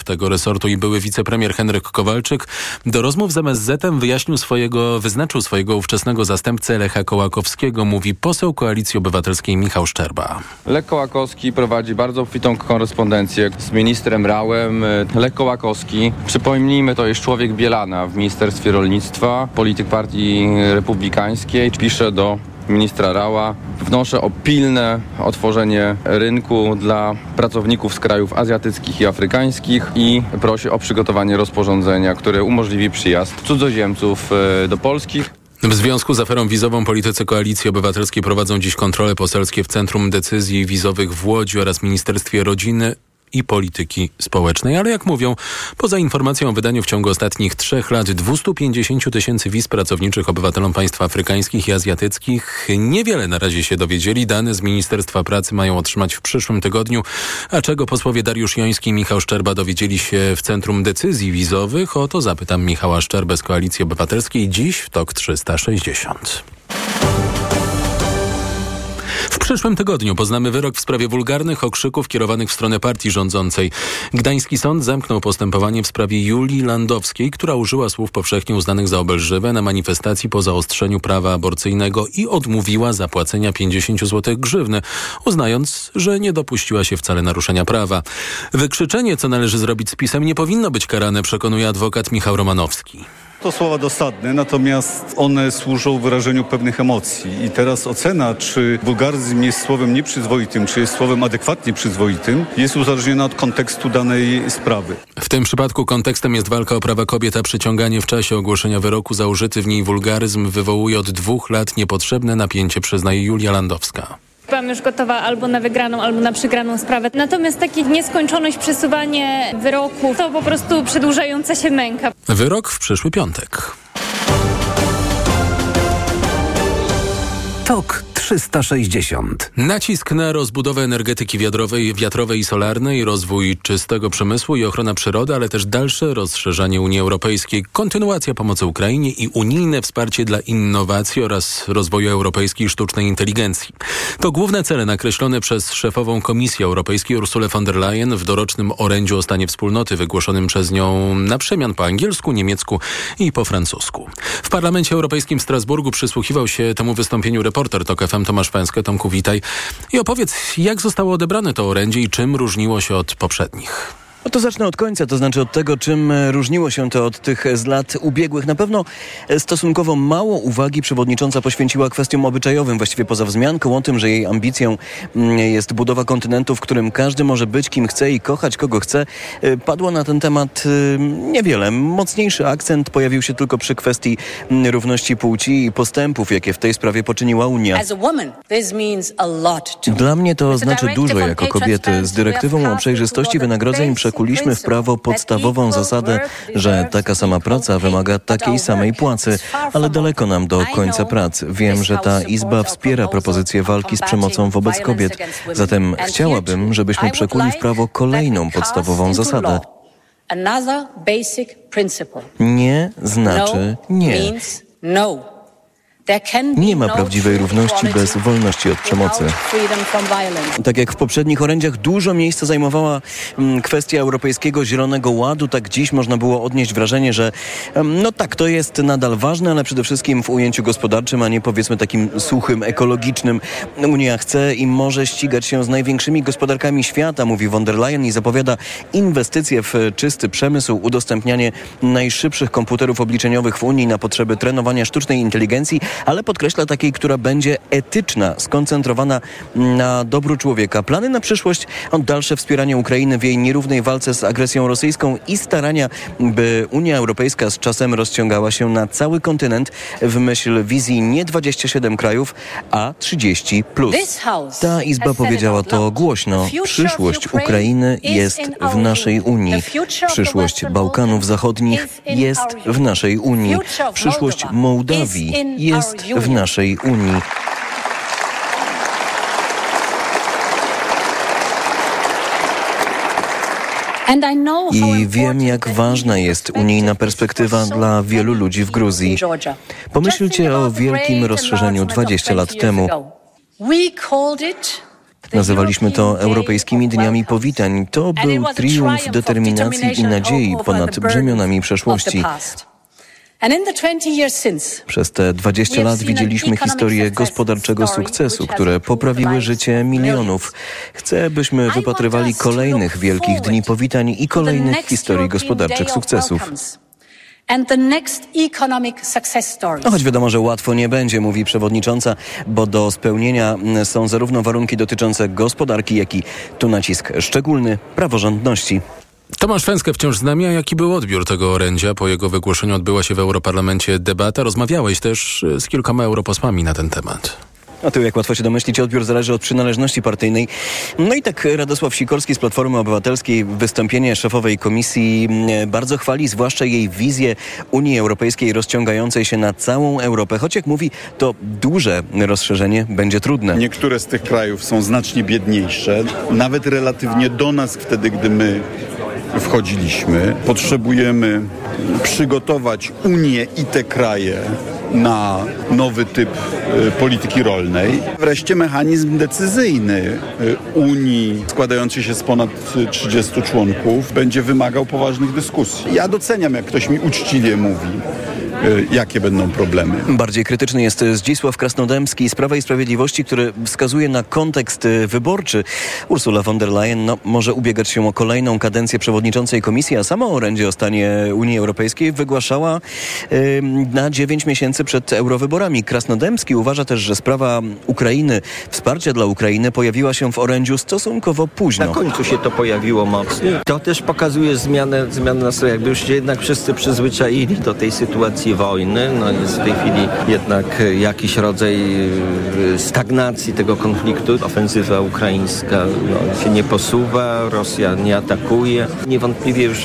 tego resortu i były wicepremier Henryk Kowalczyk do rozmów z MSZ-em wyznaczył swojego ówczesnego zastępcę Lecha Kołakowskiego, mówi poseł Koalicji Obywatelskiej Michał Szczerba. Lech Kołakowski prowadzi bardzo obfitą korespondencję z ministrem Rauem. Lech Kołakowski, przypomnijmy, to jest człowiek Bielana w Ministerstwie Rolnictwa, polityk Partii Republikańskiej. Pisze do ministra Raua: wnoszę o pilne otworzenie rynku dla pracowników z krajów azjatyckich i afrykańskich i prosi o przygotowanie rozporządzenia, które umożliwi przyjazd cudzoziemców do Polski. W związku z aferą wizową politycy Koalicji Obywatelskiej prowadzą dziś kontrole poselskie w Centrum Decyzji Wizowych w Łodzi oraz Ministerstwie Rodziny i Polityki Społecznej. Ale jak mówią, poza informacją o wydaniu w ciągu ostatnich 3 lat 250 000 wiz pracowniczych obywatelom państw afrykańskich i azjatyckich, niewiele na razie się dowiedzieli. Dane z Ministerstwa Pracy mają otrzymać w przyszłym tygodniu. A czego posłowie Dariusz Joński i Michał Szczerba dowiedzieli się w Centrum Decyzji Wizowych? O to zapytam Michała Szczerbę z Koalicji Obywatelskiej dziś w TOK 360. W przyszłym tygodniu poznamy wyrok w sprawie wulgarnych okrzyków kierowanych w stronę partii rządzącej. Gdański sąd zamknął postępowanie w sprawie Julii Landowskiej, która użyła słów powszechnie uznanych za obelżywe na manifestacji po zaostrzeniu prawa aborcyjnego i odmówiła zapłacenia 50 zł grzywny, uznając, że nie dopuściła się wcale naruszenia prawa. Wykrzyczenie, co należy zrobić z PiS-em, nie powinno być karane, przekonuje adwokat Michał Romanowski. To słowa dosadne, natomiast one służą wyrażeniu pewnych emocji. I teraz ocena, czy wulgaryzm jest słowem nieprzyzwoitym, czy jest słowem adekwatnie przyzwoitym, jest uzależniona od kontekstu danej sprawy. W tym przypadku kontekstem jest walka o prawa kobiet, a przyciąganie w czasie ogłoszenia wyroku za użyty w niej wulgaryzm wywołuje od 2 lat niepotrzebne napięcie, przyznaje Julia Landowska. Byłam już gotowa albo na wygraną, albo na przegraną sprawę. Natomiast taka nieskończoność, przesuwanie wyroków to po prostu przedłużająca się męka. Wyrok w przyszły piątek. TOK 360. Nacisk na rozbudowę energetyki wiatrowej i solarnej, rozwój czystego przemysłu i ochrona przyrody, ale też dalsze rozszerzanie Unii Europejskiej, kontynuacja pomocy Ukrainie i unijne wsparcie dla innowacji oraz rozwoju europejskiej sztucznej inteligencji. To główne cele nakreślone przez szefową Komisji Europejskiej Ursulę von der Leyen w dorocznym orędziu o stanie wspólnoty wygłoszonym przez nią na przemian po angielsku, niemiecku i po francusku. W Parlamencie Europejskim w Strasburgu przysłuchiwał się temu wystąpieniu reporter TOK FM Tomasz Pęskę. Tomku, witaj. I opowiedz, jak zostało odebrane to orędzie i czym różniło się od poprzednich? No to zacznę od końca, to znaczy od tego, czym różniło się to od tych z lat ubiegłych. Na pewno stosunkowo mało uwagi przewodnicząca poświęciła kwestiom obyczajowym, właściwie poza wzmianką o tym, że jej ambicją jest budowa kontynentu, w którym każdy może być kim chce i kochać kogo chce. Padło na ten temat niewiele. Mocniejszy akcent pojawił się tylko przy kwestii równości płci i postępów, jakie w tej sprawie poczyniła Unia. Dla mnie to znaczy dużo jako kobiety. Z dyrektywą o przejrzystości wynagrodzeń przekuliśmy w prawo podstawową zasadę, że taka sama praca wymaga takiej samej płacy, ale daleko nam do końca prac. Wiem, że ta Izba wspiera propozycję walki z przemocą wobec kobiet. Zatem chciałabym, żebyśmy przekuli w prawo kolejną podstawową zasadę. Nie znaczy nie. Nie ma prawdziwej równości bez wolności od przemocy. Tak jak w poprzednich orędziach dużo miejsca zajmowała kwestia Europejskiego Zielonego Ładu, tak dziś można było odnieść wrażenie, że no tak, to jest nadal ważne, ale przede wszystkim w ujęciu gospodarczym, a nie powiedzmy takim suchym, ekologicznym. Unia chce i może ścigać się z największymi gospodarkami świata, mówi von der Leyen i zapowiada inwestycje w czysty przemysł, udostępnianie najszybszych komputerów obliczeniowych w Unii na potrzeby trenowania sztucznej inteligencji, ale podkreśla takiej, która będzie etyczna, skoncentrowana na dobru człowieka. Plany na przyszłość, dalsze wspieranie Ukrainy w jej nierównej walce z agresją rosyjską i starania, by Unia Europejska z czasem rozciągała się na cały kontynent w myśl wizji nie 27 krajów, a 30+. Ta Izba powiedziała to głośno. Przyszłość Ukrainy jest w naszej Unii. Przyszłość Bałkanów Zachodnich jest w naszej Unii. Przyszłość Mołdawii jest w naszej Unii. I wiem, jak ważna jest unijna perspektywa dla wielu ludzi w Gruzji. Pomyślcie o wielkim rozszerzeniu 20 lat temu. Nazywaliśmy to Europejskimi Dniami Powitań. To był triumf determinacji i nadziei ponad brzemionami przeszłości. Przez te 20 lat widzieliśmy historię gospodarczego sukcesu, które poprawiły życie milionów. Chcę, byśmy wypatrywali kolejnych wielkich dni powitań i kolejnych historii gospodarczych sukcesów. No choć wiadomo, że łatwo nie będzie, mówi przewodnicząca, bo do spełnienia są zarówno warunki dotyczące gospodarki, jak i tu nacisk szczególny praworządności. Tomasz Fęskę wciąż z nami, a jaki był odbiór tego orędzia? Po jego wygłoszeniu odbyła się w Europarlamencie debata. Rozmawiałeś też z kilkoma europosłami na ten temat. A tu, jak łatwo się domyślić, odbiór zależy od przynależności partyjnej. No i tak Radosław Sikorski z Platformy Obywatelskiej wystąpienie szefowej komisji bardzo chwali, zwłaszcza jej wizję Unii Europejskiej rozciągającej się na całą Europę. Choć jak mówi, to duże rozszerzenie będzie trudne. Niektóre z tych krajów są znacznie biedniejsze, nawet relatywnie do nas wtedy, gdy my wchodziliśmy. Potrzebujemy przygotować Unię i te kraje na nowy typ polityki rolnej. Wreszcie mechanizm decyzyjny Unii składający się z ponad 30 członków będzie wymagał poważnych dyskusji. Ja doceniam, jak ktoś mi uczciwie mówi, jakie będą problemy. Bardziej krytyczny jest Zdzisław Krasnodębski z Prawa i Sprawiedliwości, który wskazuje na kontekst wyborczy. Ursula von der Leyen może ubiegać się o kolejną kadencję przewodniczącej komisji, a sama orędzie o stanie Unii Europejskiej wygłaszała na 9 miesięcy przed eurowyborami. Krasnodębski uważa też, że sprawa Ukrainy, wsparcia dla Ukrainy pojawiła się w orędziu stosunkowo późno. Na końcu się to pojawiło mocno. To też pokazuje zmianę nastroju. Jakby już się jednak wszyscy przyzwyczaili do tej sytuacji wojny. No jest w tej chwili jednak jakiś rodzaj stagnacji tego konfliktu. Ofensywa ukraińska się nie posuwa, Rosja nie atakuje. Niewątpliwie już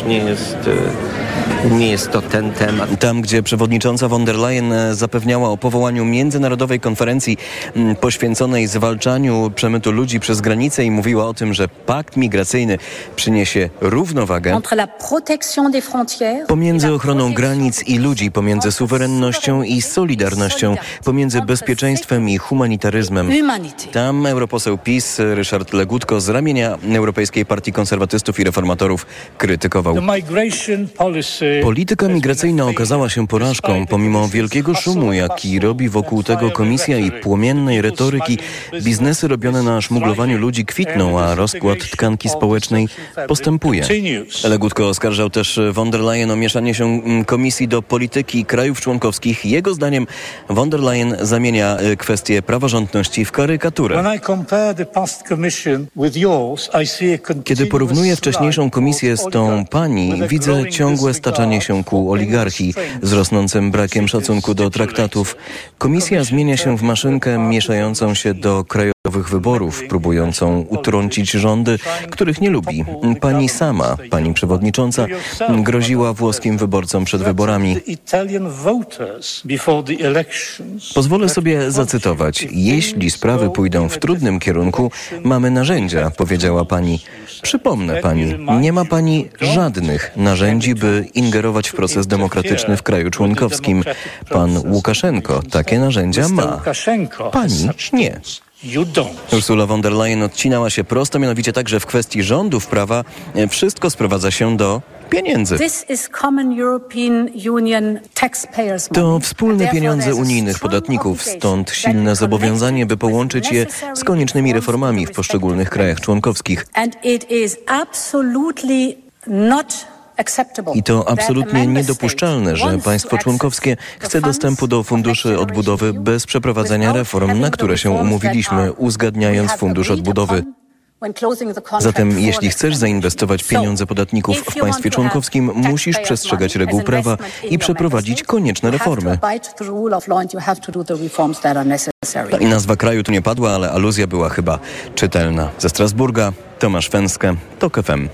nie jest to ten temat. Tam, gdzie przewodnicząca von der Leyen zapewniała o powołaniu międzynarodowej konferencji poświęconej zwalczaniu przemytu ludzi przez granicę i mówiła o tym, że pakt migracyjny przyniesie równowagę pomiędzy ochroną granic i ludzi, pomiędzy suwerennością i solidarnością, pomiędzy bezpieczeństwem i humanitaryzmem. Tam europoseł PiS Ryszard Legutko z ramienia Europejskiej Partii Konserwatystów i Reformatorów krytykował. Polityka migracyjna okazała się porażką. Pomimo wielkiego szumu, jaki robi wokół tego komisja i płomiennej retoryki, biznesy robione na szmuglowaniu ludzi kwitną, a rozkład tkanki społecznej postępuje. Legutko oskarżał też von der Leyen o mieszanie się komisji do polityki krajów członkowskich. Jego zdaniem von der Leyen zamienia kwestię praworządności w karykaturę. Kiedy porównuję wcześniejszą komisję z tą pani, widzę ciągłe staczanie się ku oligarchii z rosnącym brakiem szacunku do traktatów. Komisja zmienia się w maszynkę mieszającą się do krajowych wyborów, próbującą utrącić rządy, których nie lubi. Pani sama, pani przewodnicząca, groziła włoskim wyborcom przed wyborami. Pozwolę sobie zacytować. Jeśli sprawy pójdą w trudnym kierunku, mamy narzędzia, powiedziała pani. Przypomnę pani, nie ma pani żadnych narzędzi, by ingerować w proces demokratyczny w kraju członkowskim. Pan Łukaszenko takie narzędzia ma. Pani nie. Ursula von der Leyen odcinała się prosto, mianowicie tak, że w kwestii rządów prawa wszystko sprowadza się do pieniędzy. To wspólne pieniądze unijnych podatników, stąd silne zobowiązanie, by połączyć je z koniecznymi reformami w poszczególnych krajach członkowskich. I to absolutnie niedopuszczalne, że państwo członkowskie chce dostępu do funduszy odbudowy bez przeprowadzenia reform, na które się umówiliśmy, uzgadniając fundusz odbudowy. Zatem jeśli chcesz zainwestować pieniądze podatników w państwie członkowskim, musisz przestrzegać reguł prawa i przeprowadzić konieczne reformy. I nazwa kraju tu nie padła, ale aluzja była chyba czytelna. Ze Strasburga Tomasz Fęskę, TOK FM.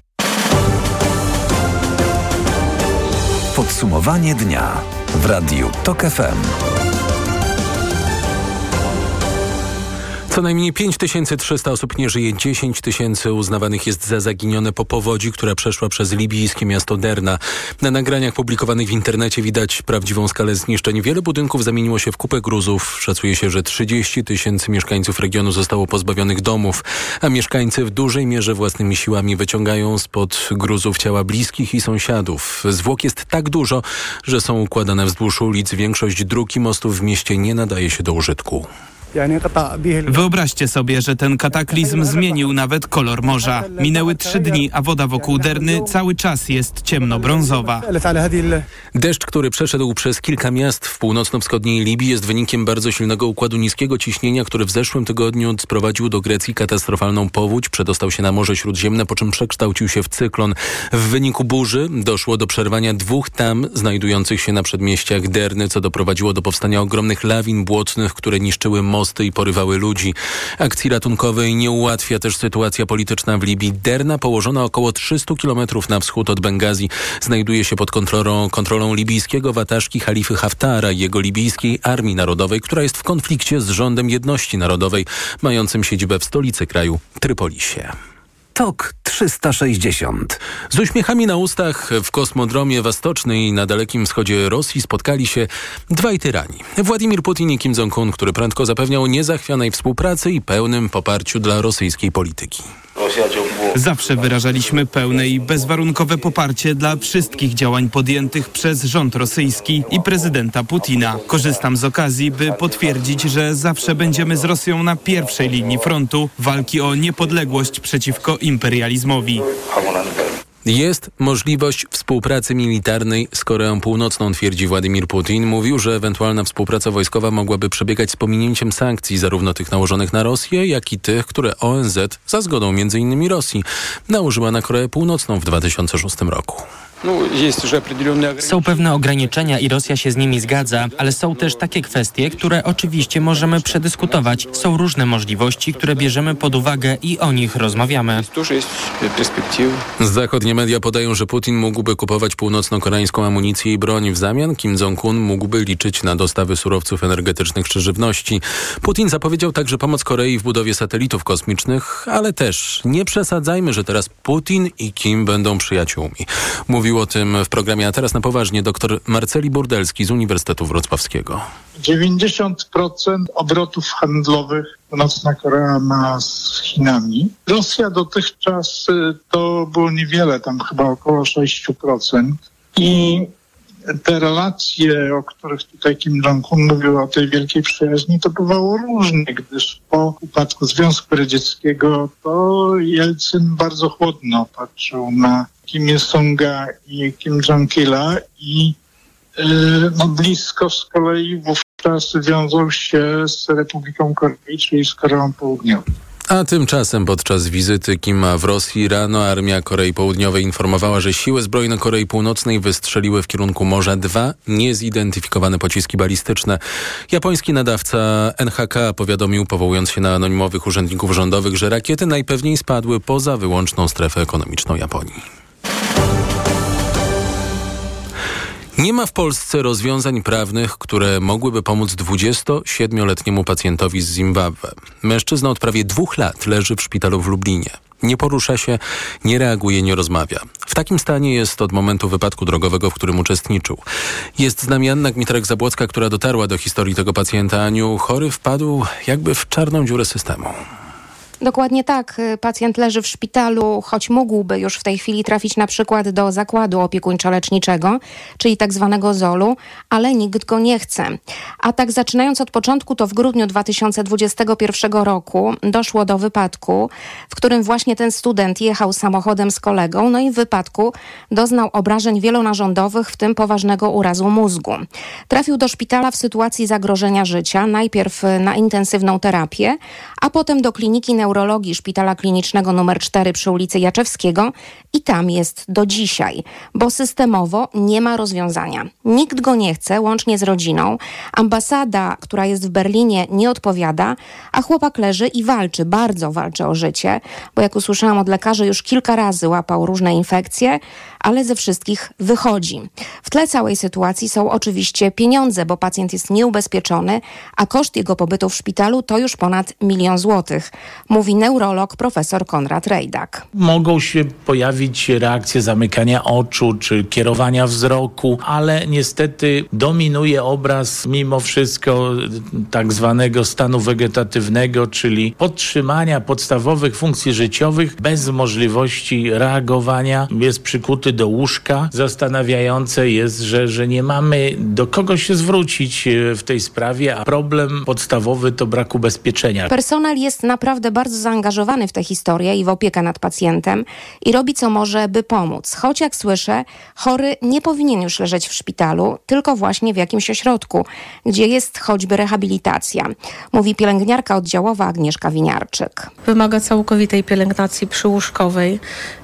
Podsumowanie dnia w Radiu TOK FM. Co najmniej 5300 osób nie żyje, 10 000 uznawanych jest za zaginione po powodzi, która przeszła przez libijskie miasto Derna. Na nagraniach publikowanych w internecie widać prawdziwą skalę zniszczeń. Wiele budynków zamieniło się w kupę gruzów. Szacuje się, że 30 000 mieszkańców regionu zostało pozbawionych domów, a mieszkańcy w dużej mierze własnymi siłami wyciągają spod gruzów ciała bliskich i sąsiadów. Zwłok jest tak dużo, że są układane wzdłuż ulic. Większość dróg i mostów w mieście nie nadaje się do użytku. Wyobraźcie sobie, że ten kataklizm zmienił nawet kolor morza. Minęły 3 dni, a woda wokół Derny cały czas jest ciemnobrązowa. Deszcz, który przeszedł przez kilka miast w północno-wschodniej Libii, jest wynikiem bardzo silnego układu niskiego ciśnienia, który w zeszłym tygodniu sprowadził do Grecji katastrofalną powódź. Przedostał się na Morze Śródziemne, po czym przekształcił się w cyklon. W wyniku burzy doszło do przerwania 2 tam znajdujących się na przedmieściach Derny, co doprowadziło do powstania ogromnych lawin błotnych, które niszczyły mosty i porywały ludzi. Akcji ratunkowej nie ułatwia też sytuacja polityczna w Libii. Derna, położona około 300 km na wschód od Bengazji, znajduje się pod kontrolą libijskiego wataszki Halify Haftara i jego libijskiej Armii Narodowej, która jest w konflikcie z Rządem Jedności Narodowej, mającym siedzibę w stolicy kraju, Trypolisie. TOK 360. Z uśmiechami na ustach w kosmodromie Wastocznej i na Dalekim Wschodzie Rosji spotkali się dwaj tyrani. Władimir Putin i Kim Jong-un, który prędko zapewniał niezachwianej współpracy i pełnym poparciu dla rosyjskiej polityki. Zawsze wyrażaliśmy pełne i bezwarunkowe poparcie dla wszystkich działań podjętych przez rząd rosyjski i prezydenta Putina. Korzystam z okazji, by potwierdzić, że zawsze będziemy z Rosją na pierwszej linii frontu walki o niepodległość przeciwko imperializmowi. Jest możliwość współpracy militarnej z Koreą Północną, twierdzi Władimir Putin. Mówił, że ewentualna współpraca wojskowa mogłaby przebiegać z pominięciem sankcji, zarówno tych nałożonych na Rosję, jak i tych, które ONZ za zgodą m.in. Rosji nałożyła na Koreę Północną w 2006 roku. Są pewne ograniczenia i Rosja się z nimi zgadza, ale są też takie kwestie, które oczywiście możemy przedyskutować. Są różne możliwości, które bierzemy pod uwagę i o nich rozmawiamy. Zachodnie media podają, że Putin mógłby kupować północno-koreańską amunicję i broń. W zamian Kim Jong-un mógłby liczyć na dostawy surowców energetycznych czy żywności. Putin zapowiedział także pomoc Korei w budowie satelitów kosmicznych, ale też nie przesadzajmy, że teraz Putin i Kim będą przyjaciółmi. Mówił o tym w programie A teraz na poważnie dr Marceli Burdelski z Uniwersytetu Wrocławskiego. 90% obrotów handlowych Północna Korea ma z Chinami. Rosja dotychczas to było niewiele, tam chyba około 6%. I te relacje, o których tutaj Kim Jong-un mówił, o tej wielkiej przyjaźni, to bywało różnie, gdyż po upadku Związku Radzieckiego to Jelcyn bardzo chłodno patrzył na Kim Il-sunga i Kim Jong-ila i blisko z kolei wówczas wiązał się z Republiką Korei, czyli z Koreą Południową. A tymczasem podczas wizyty Kima w Rosji rano armia Korei Południowej informowała, że siły zbrojne Korei Północnej wystrzeliły w kierunku morza 2 niezidentyfikowane pociski balistyczne. Japoński nadawca NHK powiadomił, powołując się na anonimowych urzędników rządowych, że rakiety najpewniej spadły poza wyłączną strefę ekonomiczną Japonii. Nie ma w Polsce rozwiązań prawnych, które mogłyby pomóc 27-letniemu pacjentowi z Zimbabwe. Mężczyzna od prawie 2 lat leży w szpitalu w Lublinie. Nie porusza się, nie reaguje, nie rozmawia. W takim stanie jest od momentu wypadku drogowego, w którym uczestniczył. Jest z nami Anna Gmitarek-Zabłocka, która dotarła do historii tego pacjenta. Aniu, chory wpadł jakby w czarną dziurę systemu. Dokładnie tak. Pacjent leży w szpitalu, choć mógłby już w tej chwili trafić na przykład do zakładu opiekuńczo-leczniczego, czyli tak zwanego ZOL-u, ale nikt go nie chce. A tak zaczynając od początku, to w grudniu 2021 roku doszło do wypadku, w którym właśnie ten student jechał samochodem z kolegą, no i w wypadku doznał obrażeń wielonarządowych, w tym poważnego urazu mózgu. Trafił do szpitala w sytuacji zagrożenia życia, najpierw na intensywną terapię, a potem do kliniki neurologicznej neurologii Szpitala Klinicznego nr 4 przy ulicy Jaczewskiego i tam jest do dzisiaj, bo systemowo nie ma rozwiązania. Nikt go nie chce, łącznie z rodziną. Ambasada, która jest w Berlinie, nie odpowiada, a chłopak leży i walczy, bardzo walczy o życie, bo jak usłyszałam od lekarzy, już kilka razy łapał różne infekcje, ale ze wszystkich wychodzi. W tle całej sytuacji są oczywiście pieniądze, bo pacjent jest nieubezpieczony, a koszt jego pobytu w szpitalu to już ponad 1 000 000 złotych, mówi neurolog profesor Konrad Rejdak. Mogą się pojawić reakcje zamykania oczu czy kierowania wzroku, ale niestety dominuje obraz mimo wszystko tak zwanego stanu wegetatywnego, czyli podtrzymania podstawowych funkcji życiowych bez możliwości reagowania. Jest przykuty do łóżka. Zastanawiające jest, że nie mamy do kogo się zwrócić w tej sprawie, a problem podstawowy to brak ubezpieczenia. Personel jest naprawdę bardzo zaangażowany w tę historię i w opiekę nad pacjentem i robi co może, by pomóc. Choć jak słyszę, chory nie powinien już leżeć w szpitalu, tylko właśnie w jakimś ośrodku, gdzie jest choćby rehabilitacja, mówi pielęgniarka oddziałowa Agnieszka Winiarczyk. Wymaga całkowitej pielęgnacji przyłóżkowej,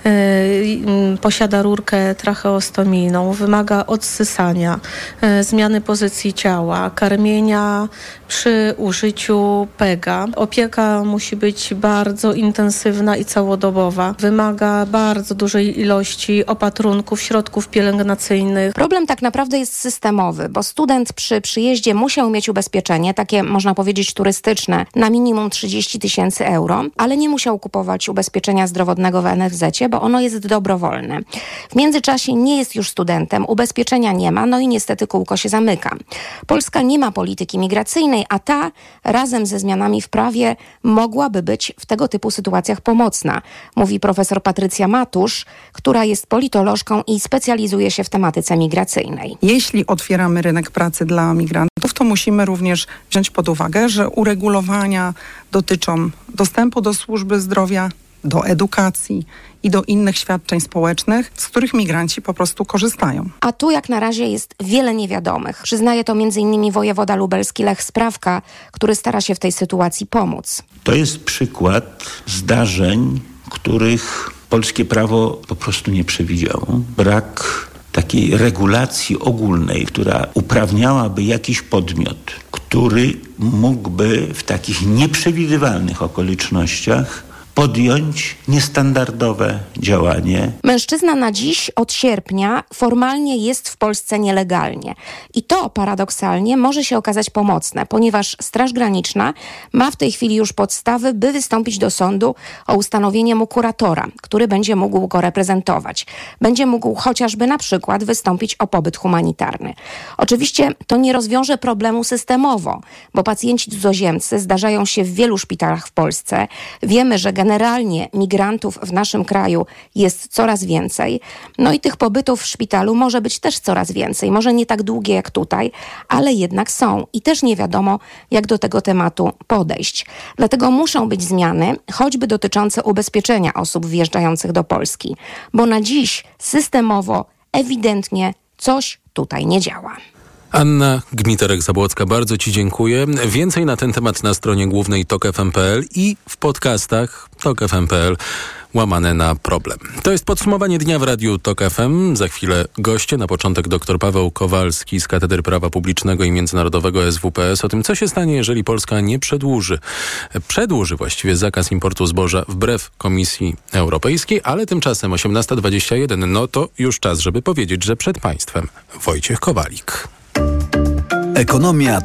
posiada rurkę tracheostomijną, wymaga odsysania, zmiany pozycji ciała, karmienia przy użyciu PEGA. Opieka musi być bardzo intensywna i całodobowa. Wymaga bardzo dużej ilości opatrunków, środków pielęgnacyjnych. Problem tak naprawdę jest systemowy, bo student przy przyjeździe musiał mieć ubezpieczenie, takie można powiedzieć turystyczne, na minimum 30 000 euro, ale nie musiał kupować ubezpieczenia zdrowotnego w NFZ-cie, bo ono jest dobrowolne. W międzyczasie nie jest już studentem, ubezpieczenia nie ma, no i niestety kółko się zamyka. Polska nie ma polityki migracyjnej, a ta razem ze zmianami w prawie mogłaby być w tego typu sytuacjach pomocna, mówi profesor Patrycja Matusz, która jest politolożką i specjalizuje się w tematyce migracyjnej. Jeśli otwieramy rynek pracy dla migrantów, to musimy również wziąć pod uwagę, że uregulowania dotyczą dostępu do służby zdrowia, do edukacji i do innych świadczeń społecznych, z których migranci po prostu korzystają. A tu jak na razie jest wiele niewiadomych. Przyznaje to m.in. wojewoda lubelski Lech Sprawka, który stara się w tej sytuacji pomóc. To jest przykład zdarzeń, których polskie prawo po prostu nie przewidziało. Brak takiej regulacji ogólnej, która uprawniałaby jakiś podmiot, który mógłby w takich nieprzewidywalnych okolicznościach podjąć niestandardowe działanie. Mężczyzna na dziś od sierpnia formalnie jest w Polsce nielegalnie. I to paradoksalnie może się okazać pomocne, ponieważ Straż Graniczna ma w tej chwili już podstawy, by wystąpić do sądu o ustanowienie mu kuratora, który będzie mógł go reprezentować. Będzie mógł chociażby na przykład wystąpić o pobyt humanitarny. Oczywiście to nie rozwiąże problemu systemowo, bo pacjenci cudzoziemcy zdarzają się w wielu szpitalach w Polsce. Wiemy, że generalnie migrantów w naszym kraju jest coraz więcej. No i tych pobytów w szpitalu może być też coraz więcej. Może nie tak długie jak tutaj, ale jednak są. I też nie wiadomo, jak do tego tematu podejść. Dlatego muszą być zmiany, choćby dotyczące ubezpieczenia osób wjeżdżających do Polski. Bo na dziś systemowo, ewidentnie coś tutaj nie działa. Anna Gmiterek-Zabłocka, bardzo Ci dziękuję. Więcej na ten temat na stronie głównej tok.fm.pl i w podcastach tok.fm.pl /problem. To jest podsumowanie dnia w Radiu Tok FM. Za chwilę goście. Na początek dr Paweł Kowalski z Katedry Prawa Publicznego i Międzynarodowego SWPS o tym, co się stanie, jeżeli Polska nie przedłuży właściwie zakaz importu zboża wbrew Komisji Europejskiej, ale tymczasem 18:21. No to już czas, żeby powiedzieć, że przed Państwem Wojciech Kowalik. Ekonomia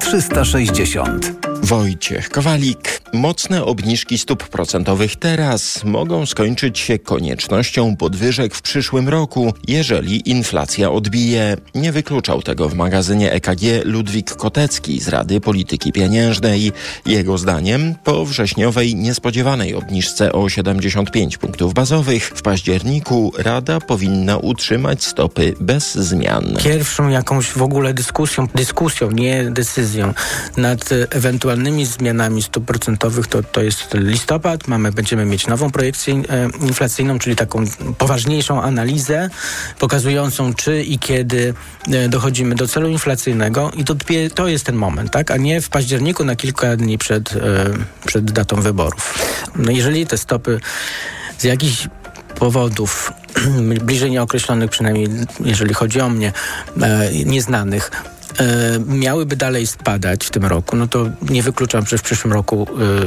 360. Wojciech Kowalik. Mocne obniżki stóp procentowych teraz mogą skończyć się koniecznością podwyżek w przyszłym roku, jeżeli inflacja odbije. Nie wykluczał tego w magazynie EKG Ludwik Kotecki z Rady Polityki Pieniężnej. Jego zdaniem po wrześniowej niespodziewanej obniżce o 75 punktów bazowych w październiku Rada powinna utrzymać stopy bez zmian. Pierwszą jakąś w ogóle dyskusją, nie decyzją nad ewentualnymi ewentualnymi zmianami stóp procentowych to jest listopad. Będziemy mieć nową projekcję inflacyjną, czyli taką poważniejszą analizę pokazującą, czy i kiedy dochodzimy do celu inflacyjnego i to jest ten moment, tak? A nie w październiku na kilka dni przed datą wyborów. No jeżeli te stopy z jakichś powodów bliżej nieokreślonych, przynajmniej jeżeli chodzi o mnie, nieznanych, miałyby dalej spadać w tym roku, no to nie wykluczam, że w przyszłym roku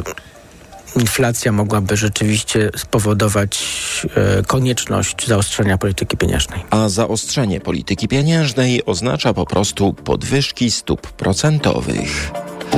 inflacja mogłaby rzeczywiście spowodować konieczność zaostrzenia polityki pieniężnej. A zaostrzenie polityki pieniężnej oznacza po prostu podwyżki stóp procentowych.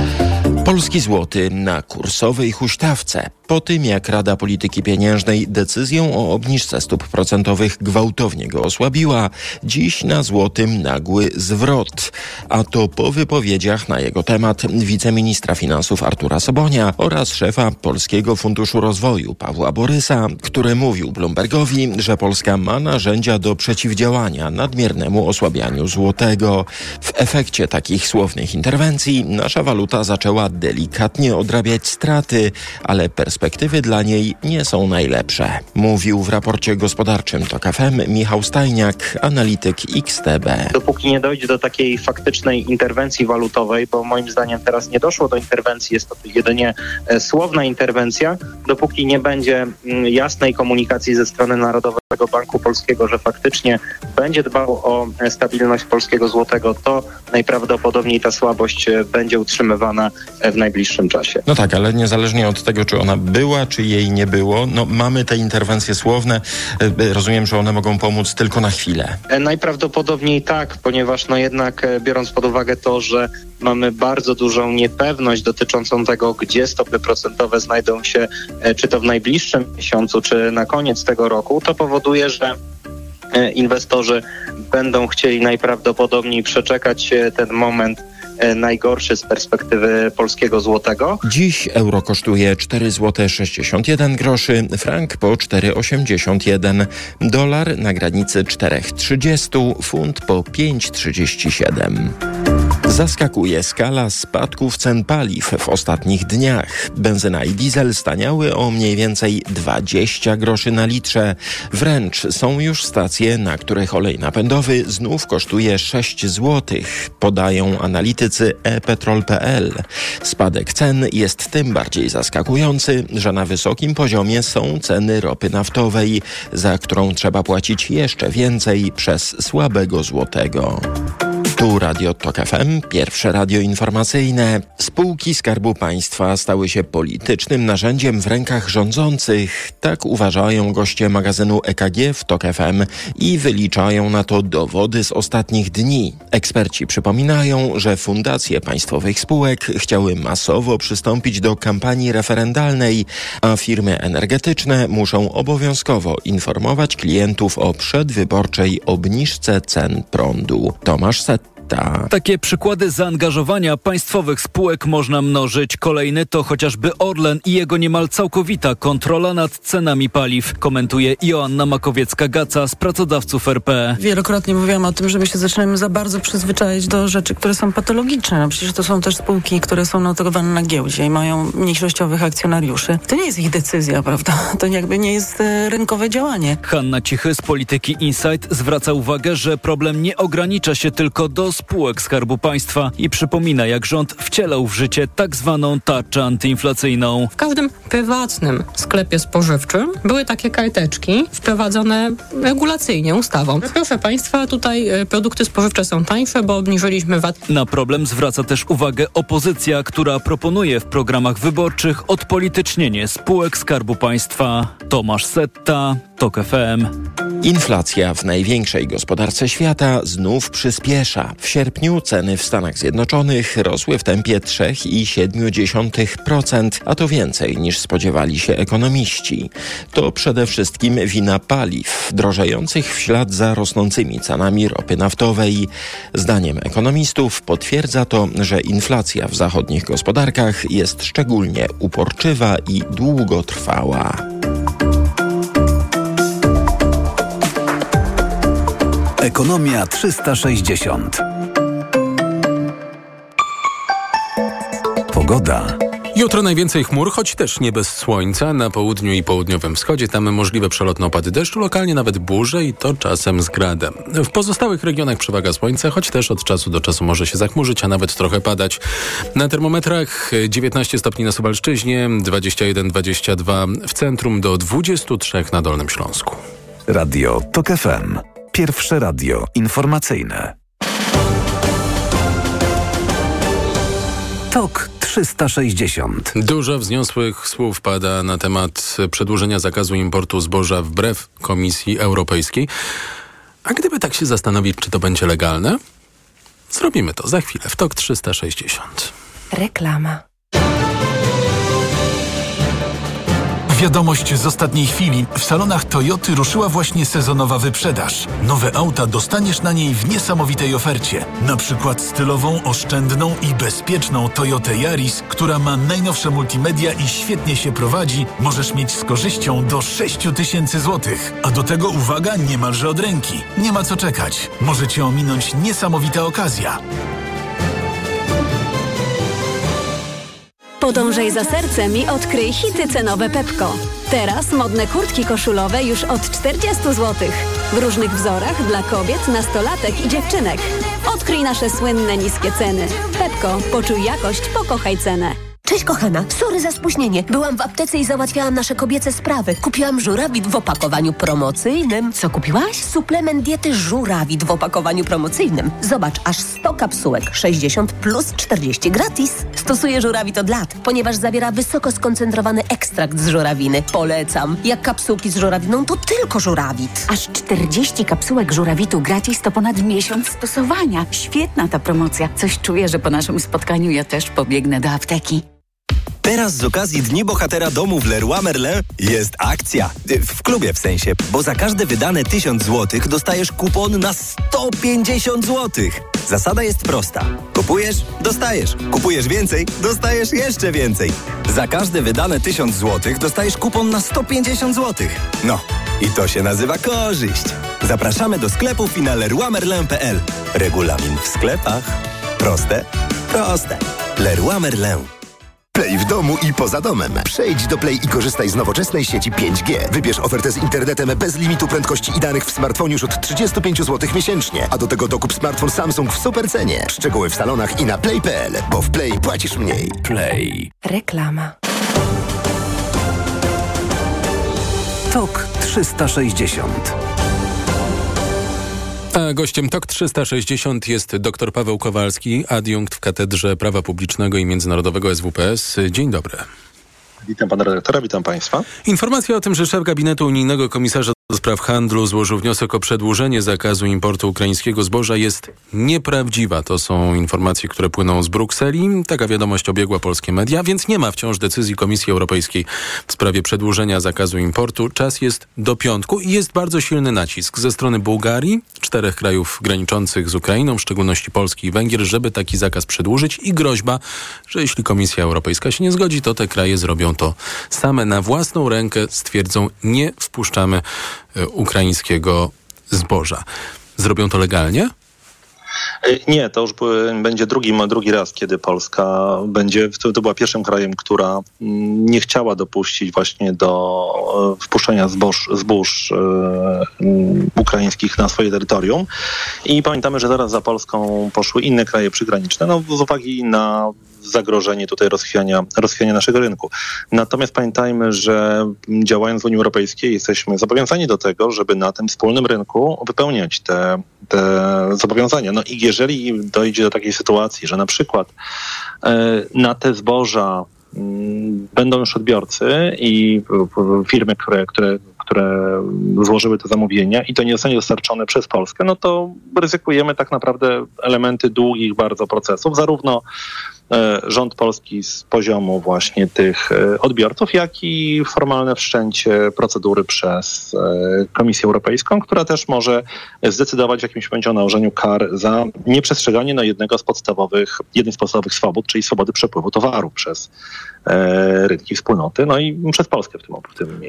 Polski złoty na kursowej huśtawce. Po tym, jak Rada Polityki Pieniężnej decyzją o obniżce stóp procentowych gwałtownie go osłabiła, dziś na złotym nagły zwrot. A to po wypowiedziach na jego temat wiceministra finansów Artura Sobonia oraz szefa Polskiego Funduszu Rozwoju Pawła Borysa, który mówił Bloombergowi, że Polska ma narzędzia do przeciwdziałania nadmiernemu osłabianiu złotego. W efekcie takich słownych interwencji nasza waluta zaczęła delikatnie odrabiać straty, ale perspektywy dla niej nie są najlepsze. Mówił w raporcie gospodarczym TOK FM Michał Stajniak, analityk XTB. Dopóki nie dojdzie do takiej faktycznej interwencji walutowej, bo moim zdaniem teraz nie doszło do interwencji, jest to jedynie słowna interwencja, dopóki nie będzie jasnej komunikacji ze strony Narodowego Banku Polskiego, że faktycznie będzie dbał o stabilność polskiego złotego, to najprawdopodobniej ta słabość będzie utrzymywana w najbliższym czasie. No tak, ale niezależnie od tego, czy ona była, czy jej nie było, mamy te interwencje słowne. Rozumiem, że one mogą pomóc tylko na chwilę. Najprawdopodobniej tak, ponieważ jednak biorąc pod uwagę to, że mamy bardzo dużą niepewność dotyczącą tego, gdzie stopy procentowe znajdą się, czy to w najbliższym miesiącu, czy na koniec tego roku, to powoduje, że inwestorzy będą chcieli najprawdopodobniej przeczekać ten moment najgorszy z perspektywy polskiego złotego. Dziś euro kosztuje 4,61 zł, frank po 4,81, dolar na granicy 4,30, funt po 5,37. Zaskakuje skala spadków cen paliw w ostatnich dniach. Benzyna i diesel staniały o mniej więcej 20 groszy na litrze. Wręcz są już stacje, na których olej napędowy znów kosztuje 6 zł, podają analitycy ePetrol.pl. Spadek cen jest tym bardziej zaskakujący, że na wysokim poziomie są ceny ropy naftowej, za którą trzeba płacić jeszcze więcej przez słabego złotego. Tu Radio TOK FM, pierwsze radio informacyjne. Spółki Skarbu Państwa stały się politycznym narzędziem w rękach rządzących. Tak uważają goście magazynu EKG w TOK FM i wyliczają na to dowody z ostatnich dni. Eksperci przypominają, że fundacje państwowych spółek chciały masowo przystąpić do kampanii referendalnej, a firmy energetyczne muszą obowiązkowo informować klientów o przedwyborczej obniżce cen prądu. Tomasz Setta. Takie przykłady zaangażowania państwowych spółek można mnożyć. Kolejny to chociażby Orlen i jego niemal całkowita kontrola nad cenami paliw, komentuje Joanna Makowiecka-Gaca z Pracodawców RP. Wielokrotnie mówiłam o tym, że my się zaczynamy za bardzo przyzwyczaić do rzeczy, które są patologiczne. No przecież to są też spółki, które są notowane na giełdzie i mają mniejszościowych akcjonariuszy. To nie jest ich decyzja, prawda? To jakby nie jest rynkowe działanie. Hanna Cichy z Polityki Insight zwraca uwagę, że problem nie ogranicza się tylko do spółek Skarbu Państwa i przypomina, jak rząd wcielał w życie tak zwaną tarczę antyinflacyjną. W każdym prywatnym sklepie spożywczym były takie karteczki wprowadzone regulacyjnie ustawą. Proszę Państwa, tutaj produkty spożywcze są tańsze, bo obniżyliśmy VAT. Na problem zwraca też uwagę opozycja, która proponuje w programach wyborczych odpolitycznienie spółek Skarbu Państwa. Tomasz Setta, TOK FM. Inflacja w największej gospodarce świata znów przyspiesza. W sierpniu ceny w Stanach Zjednoczonych rosły w tempie 3,7%, a to więcej niż spodziewali się ekonomiści. To przede wszystkim wina paliw, drożejących w ślad za rosnącymi cenami ropy naftowej. Zdaniem ekonomistów potwierdza to, że inflacja w zachodnich gospodarkach jest szczególnie uporczywa i długotrwała. Ekonomia 360. Pogoda. Jutro najwięcej chmur, choć też nie bez słońca. Na południu i południowym wschodzie tam możliwe przelotne opady deszczu, lokalnie nawet burze i to czasem z gradem. W pozostałych regionach przewaga słońca, choć też od czasu do czasu może się zachmurzyć, a nawet trochę padać. Na termometrach 19 stopni na Suwalszczyźnie, 21-22 w centrum, do 23 na Dolnym Śląsku. Radio TOK FM. Pierwsze radio informacyjne. TOK 360. Dużo wzniosłych słów pada na temat przedłużenia zakazu importu zboża wbrew Komisji Europejskiej. A gdyby tak się zastanowić, czy to będzie legalne? Zrobimy to za chwilę w TOK 360. Reklama. Wiadomość z ostatniej chwili. W salonach Toyoty ruszyła właśnie sezonowa wyprzedaż. Nowe auta dostaniesz na niej w niesamowitej ofercie. Na przykład stylową, oszczędną i bezpieczną Toyotę Yaris, która ma najnowsze multimedia i świetnie się prowadzi, możesz mieć z korzyścią do 6 000 złotych. A do tego, uwaga, niemalże od ręki. Nie ma co czekać. Może cię ominąć niesamowita okazja. Podążaj za sercem i odkryj hity cenowe Pepco. Teraz modne kurtki koszulowe już od 40 zł. W różnych wzorach dla kobiet, nastolatek i dziewczynek. Odkryj nasze słynne niskie ceny. Pepco. Poczuj jakość, pokochaj cenę. Cześć kochana, sorry za spóźnienie. Byłam w aptece i załatwiałam nasze kobiece sprawy. Kupiłam żurawit w opakowaniu promocyjnym. Co kupiłaś? Suplement diety żurawit w opakowaniu promocyjnym. Zobacz, aż 100 kapsułek, 60 plus 40 gratis. Stosuję żurawit od lat, ponieważ zawiera wysoko skoncentrowany ekstrakt z żurawiny. Polecam. Jak kapsułki z żurawiną, to tylko żurawit. Aż 40 kapsułek żurawitu gratis to ponad miesiąc stosowania. Świetna ta promocja. Coś czuję, że po naszym spotkaniu ja też pobiegnę do apteki. Teraz z okazji Dni Bohatera Domu w Leroy Merlin jest akcja. W klubie w sensie, bo za każde wydane 1000 zł dostajesz kupon na 150 zł. Zasada jest prosta. Kupujesz, dostajesz. Kupujesz więcej, dostajesz jeszcze więcej. Za każde wydane 1000 zł dostajesz kupon na 150 zł. No, i to się nazywa korzyść. Zapraszamy do sklepów i na leroymerlin.pl. Regulamin w sklepach. Proste? Proste. Leroy Merlin. Play w domu i poza domem. Przejdź do Play i korzystaj z nowoczesnej sieci 5G. Wybierz ofertę z internetem bez limitu prędkości i danych w smartfonie już od 35 zł miesięcznie. A do tego dokup smartfon Samsung w super cenie. Szczegóły w salonach i na play.pl, bo w Play płacisz mniej. Play. Reklama. TOK 360. A gościem TOK 360 jest dr Paweł Kowalski, adiunkt w Katedrze Prawa Publicznego i Międzynarodowego SWPS. Dzień dobry. Witam pana redaktora, witam państwa. Informacja o tym, że szef gabinetu unijnego komisarza do spraw handlu złożył wniosek o przedłużenie zakazu importu ukraińskiego zboża, jest nieprawdziwa. To są informacje, które płyną z Brukseli. Taka wiadomość obiegła polskie media, więc nie ma wciąż decyzji Komisji Europejskiej w sprawie przedłużenia zakazu importu. Czas jest do piątku i jest bardzo silny nacisk ze strony Bułgarii, 4 krajów graniczących z Ukrainą, w szczególności Polski i Węgier, żeby taki zakaz przedłużyć, i groźba, że jeśli Komisja Europejska się nie zgodzi, to te kraje zrobią to same na własną rękę, stwierdzą: nie wpuszczamy ukraińskiego zboża. Zrobią to legalnie? Nie, to już będzie drugi raz, kiedy Polska będzie, to była pierwszym krajem, która nie chciała dopuścić właśnie do wpuszczenia zbóż ukraińskich na swoje terytorium. I pamiętamy, że zaraz za Polską poszły inne kraje przygraniczne, no z uwagi na zagrożenie tutaj rozchwiania naszego rynku. Natomiast pamiętajmy, że działając w Unii Europejskiej jesteśmy zobowiązani do tego, żeby na tym wspólnym rynku wypełniać te zobowiązania. No i jeżeli dojdzie do takiej sytuacji, że na przykład na te zboża będą już odbiorcy i firmy, które złożyły te zamówienia i to nie zostanie dostarczone przez Polskę, no to ryzykujemy tak naprawdę elementy długich bardzo procesów, zarówno rząd polski z poziomu właśnie tych odbiorców, jak i formalne wszczęcie procedury przez Komisję Europejską, która też może zdecydować w jakimś momencie o nałożeniu kar za nieprzestrzeganie jednej z podstawowych swobód, czyli swobody przepływu towaru przez rynki wspólnoty, no i przez Polskę w tym miejscu.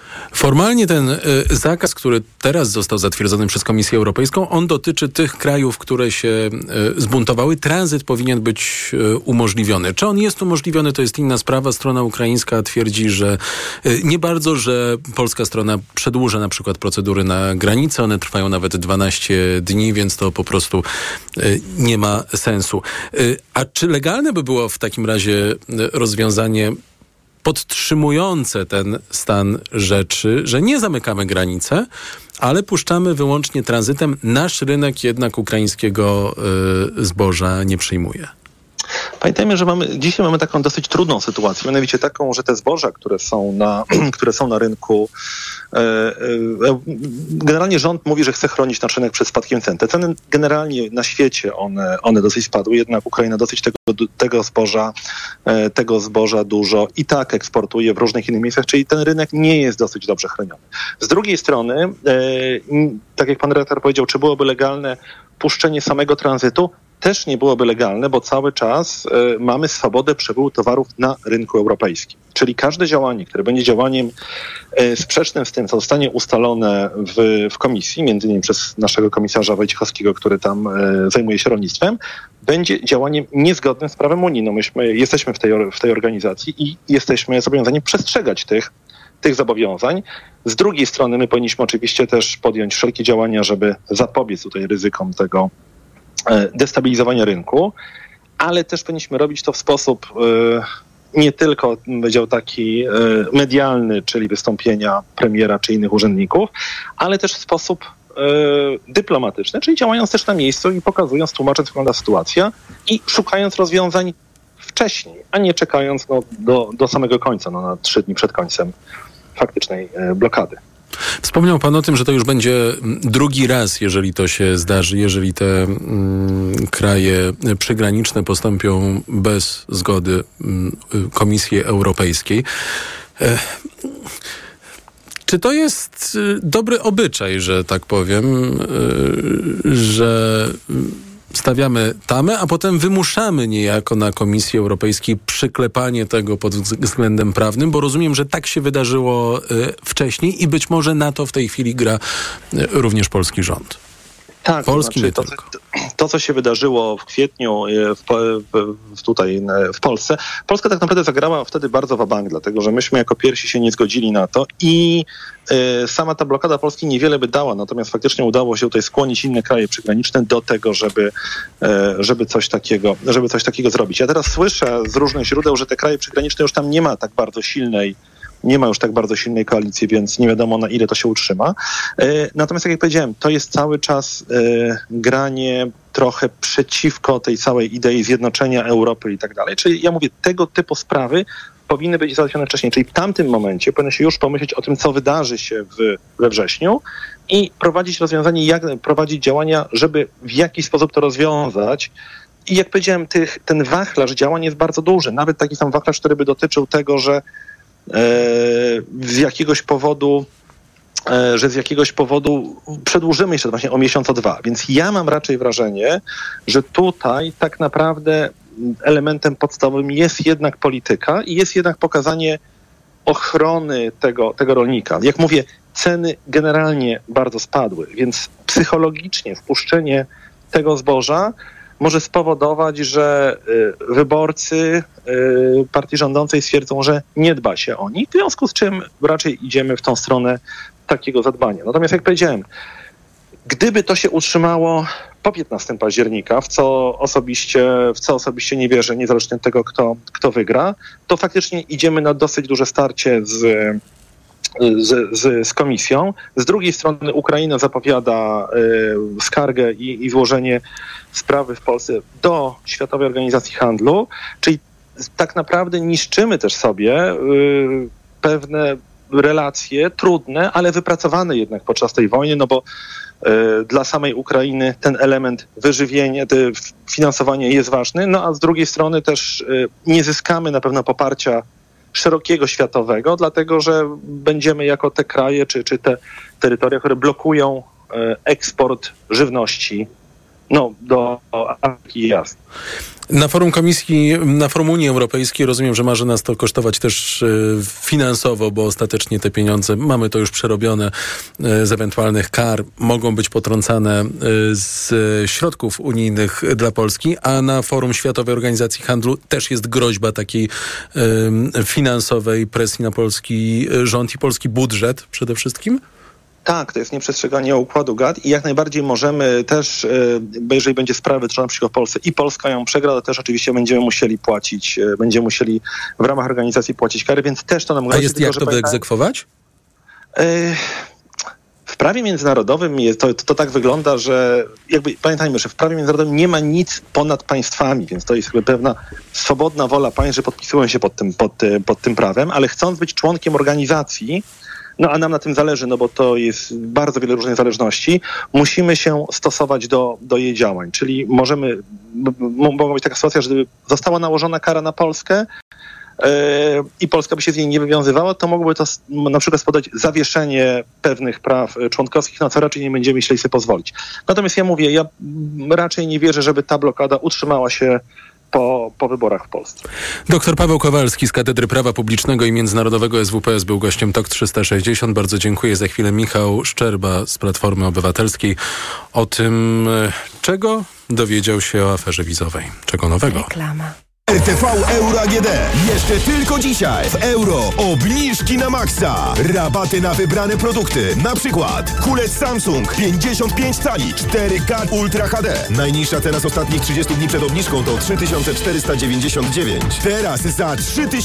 Formalnie ten zakaz, który teraz został zatwierdzony przez Komisję Europejską, on dotyczy tych krajów, które się zbuntowały. Tranzyt powinien być umożliwiony. Czy on jest umożliwiony, to jest inna sprawa. Strona ukraińska twierdzi, że nie bardzo, że polska strona przedłuża na przykład procedury na granicy. One trwają nawet 12 dni, więc to po prostu nie ma sensu. A czy legalne by było w takim razie rozwiązanie podtrzymujące ten stan rzeczy, że nie zamykamy granicy, ale puszczamy wyłącznie tranzytem? Nasz rynek jednak ukraińskiego zboża nie przyjmuje. Pamiętajmy, że dzisiaj mamy taką dosyć trudną sytuację, mianowicie taką, że te zboża, które są na rynku, generalnie rząd mówi, że chce chronić nasz rynek przed spadkiem cen. Te ceny generalnie na świecie, one dosyć spadły, jednak Ukraina dosyć tego zboża dużo i tak eksportuje w różnych innych miejscach, czyli ten rynek nie jest dosyć dobrze chroniony. Z drugiej strony, tak jak pan redaktor powiedział, czy byłoby legalne puszczenie samego tranzytu? Też nie byłoby legalne, bo cały czas mamy swobodę przepływu towarów na rynku europejskim. Czyli każde działanie, które będzie działaniem sprzecznym z tym, co zostanie ustalone w komisji, między innymi przez naszego komisarza Wojciechowskiego, który tam zajmuje się rolnictwem, będzie działaniem niezgodnym z prawem unijnym. My jesteśmy w tej organizacji i jesteśmy zobowiązani przestrzegać tych zobowiązań. Z drugiej strony my powinniśmy oczywiście też podjąć wszelkie działania, żeby zapobiec tutaj ryzykom tego destabilizowania rynku, ale też powinniśmy robić to w sposób nie tylko, powiedział, taki medialny, czyli wystąpienia premiera czy innych urzędników, ale też w sposób dyplomatyczny, czyli działając też na miejscu i pokazując, tłumacząc, jak wygląda sytuacja i szukając rozwiązań wcześniej, a nie czekając do samego końca, na 3 dni przed końcem faktycznej blokady. Wspomniał pan o tym, że to już będzie drugi raz, jeżeli to się zdarzy, jeżeli te kraje przygraniczne postąpią bez zgody Komisji Europejskiej. Czy to jest dobry obyczaj, że tak powiem, że stawiamy tamę, a potem wymuszamy niejako na Komisji Europejskiej przyklepanie tego pod względem prawnym, bo rozumiem, że tak się wydarzyło wcześniej i być może na to w tej chwili gra również polski rząd. Tak, polski to znaczy, to, co się wydarzyło w kwietniu tutaj w Polsce. Polska tak naprawdę zagrała wtedy bardzo wabank, dlatego że myśmy jako pierwsi się nie zgodzili na to i sama ta blokada Polski niewiele by dała, natomiast faktycznie udało się tutaj skłonić inne kraje przygraniczne do tego, żeby coś takiego zrobić. Ja teraz słyszę z różnych źródeł, że te kraje przygraniczne już tam nie ma już tak bardzo silnej koalicji, więc nie wiadomo, na ile to się utrzyma. Natomiast, tak jak powiedziałem, to jest cały czas granie trochę przeciwko tej całej idei zjednoczenia Europy i tak dalej. Czyli ja mówię, tego typu sprawy powinny być załatwione wcześniej. Czyli w tamtym momencie powinno się już pomyśleć o tym, co wydarzy się we wrześniu i prowadzić rozwiązanie, jak prowadzić działania, żeby w jakiś sposób to rozwiązać. I jak powiedziałem, ten wachlarz działań jest bardzo duży. Nawet taki sam wachlarz, który by dotyczył tego, że z jakiegoś powodu przedłużymy jeszcze właśnie o miesiąc, o 2. Więc ja mam raczej wrażenie, że tutaj tak naprawdę elementem podstawowym jest jednak polityka i jest jednak pokazanie ochrony tego rolnika. Jak mówię, ceny generalnie bardzo spadły, więc psychologicznie wpuszczenie tego zboża może spowodować, że wyborcy partii rządzącej stwierdzą, że nie dba się o nich, w związku z czym raczej idziemy w tą stronę takiego zadbania. Natomiast jak powiedziałem, gdyby to się utrzymało po 15 października, w co osobiście nie wierzę, niezależnie od tego, kto wygra, to faktycznie idziemy na dosyć duże starcie z komisją. Z drugiej strony Ukraina zapowiada skargę i złożenie sprawy w Polsce do Światowej Organizacji Handlu, czyli tak naprawdę niszczymy też sobie pewne relacje trudne, ale wypracowane jednak podczas tej wojny, no bo dla samej Ukrainy ten element wyżywienia, finansowania jest ważny, no a z drugiej strony też nie zyskamy na pewno poparcia szerokiego światowego, dlatego że będziemy jako te kraje czy te terytoria, które blokują eksport żywności do Afryki i Azji. Na forum Unii Europejskiej rozumiem, że może nas to kosztować też finansowo, bo ostatecznie te pieniądze, mamy to już przerobione z ewentualnych kar, mogą być potrącane z środków unijnych dla Polski, a na forum Światowej Organizacji Handlu też jest groźba takiej finansowej presji na polski rząd i polski budżet przede wszystkim? Tak, to jest nieprzestrzeganie układu GATT i jak najbardziej możemy też, jeżeli będzie sprawa wytoczona przeciwko Polsce i Polska ją przegra, to też oczywiście będziemy musieli w ramach organizacji płacić kary, więc też to nam grozi. A jest jak to wyegzekwować? W prawie międzynarodowym to tak wygląda, że pamiętajmy, że w prawie międzynarodowym nie ma nic ponad państwami, więc to jest pewna swobodna wola państw, że podpisują się pod tym prawem, ale chcąc być członkiem organizacji, a nam na tym zależy, bo to jest bardzo wiele różnych zależności, musimy się stosować do jej działań. Czyli mogła być taka sytuacja, że gdyby została nałożona kara na Polskę i Polska by się z niej nie wywiązywała, to mogłoby to na przykład spowodować zawieszenie pewnych praw członkowskich, co raczej nie będziemy chcieli sobie pozwolić. Natomiast ja raczej nie wierzę, żeby ta blokada utrzymała się po wyborach w Polsce. Doktor Paweł Kowalski z Katedry Prawa Publicznego i Międzynarodowego SWPS był gościem TOK 360. Bardzo dziękuję. Za chwilę Michał Szczerba z Platformy Obywatelskiej o tym, czego dowiedział się o aferze wizowej. Czego nowego? Reklama. RTV Euro AGD. Jeszcze tylko dzisiaj w Euro obniżki na maksa. Rabaty na wybrane produkty. Na przykład kulec Samsung 55 cali 4K Ultra HD. Najniższa teraz ostatnich 30 dni przed obniżką to 3499. Teraz za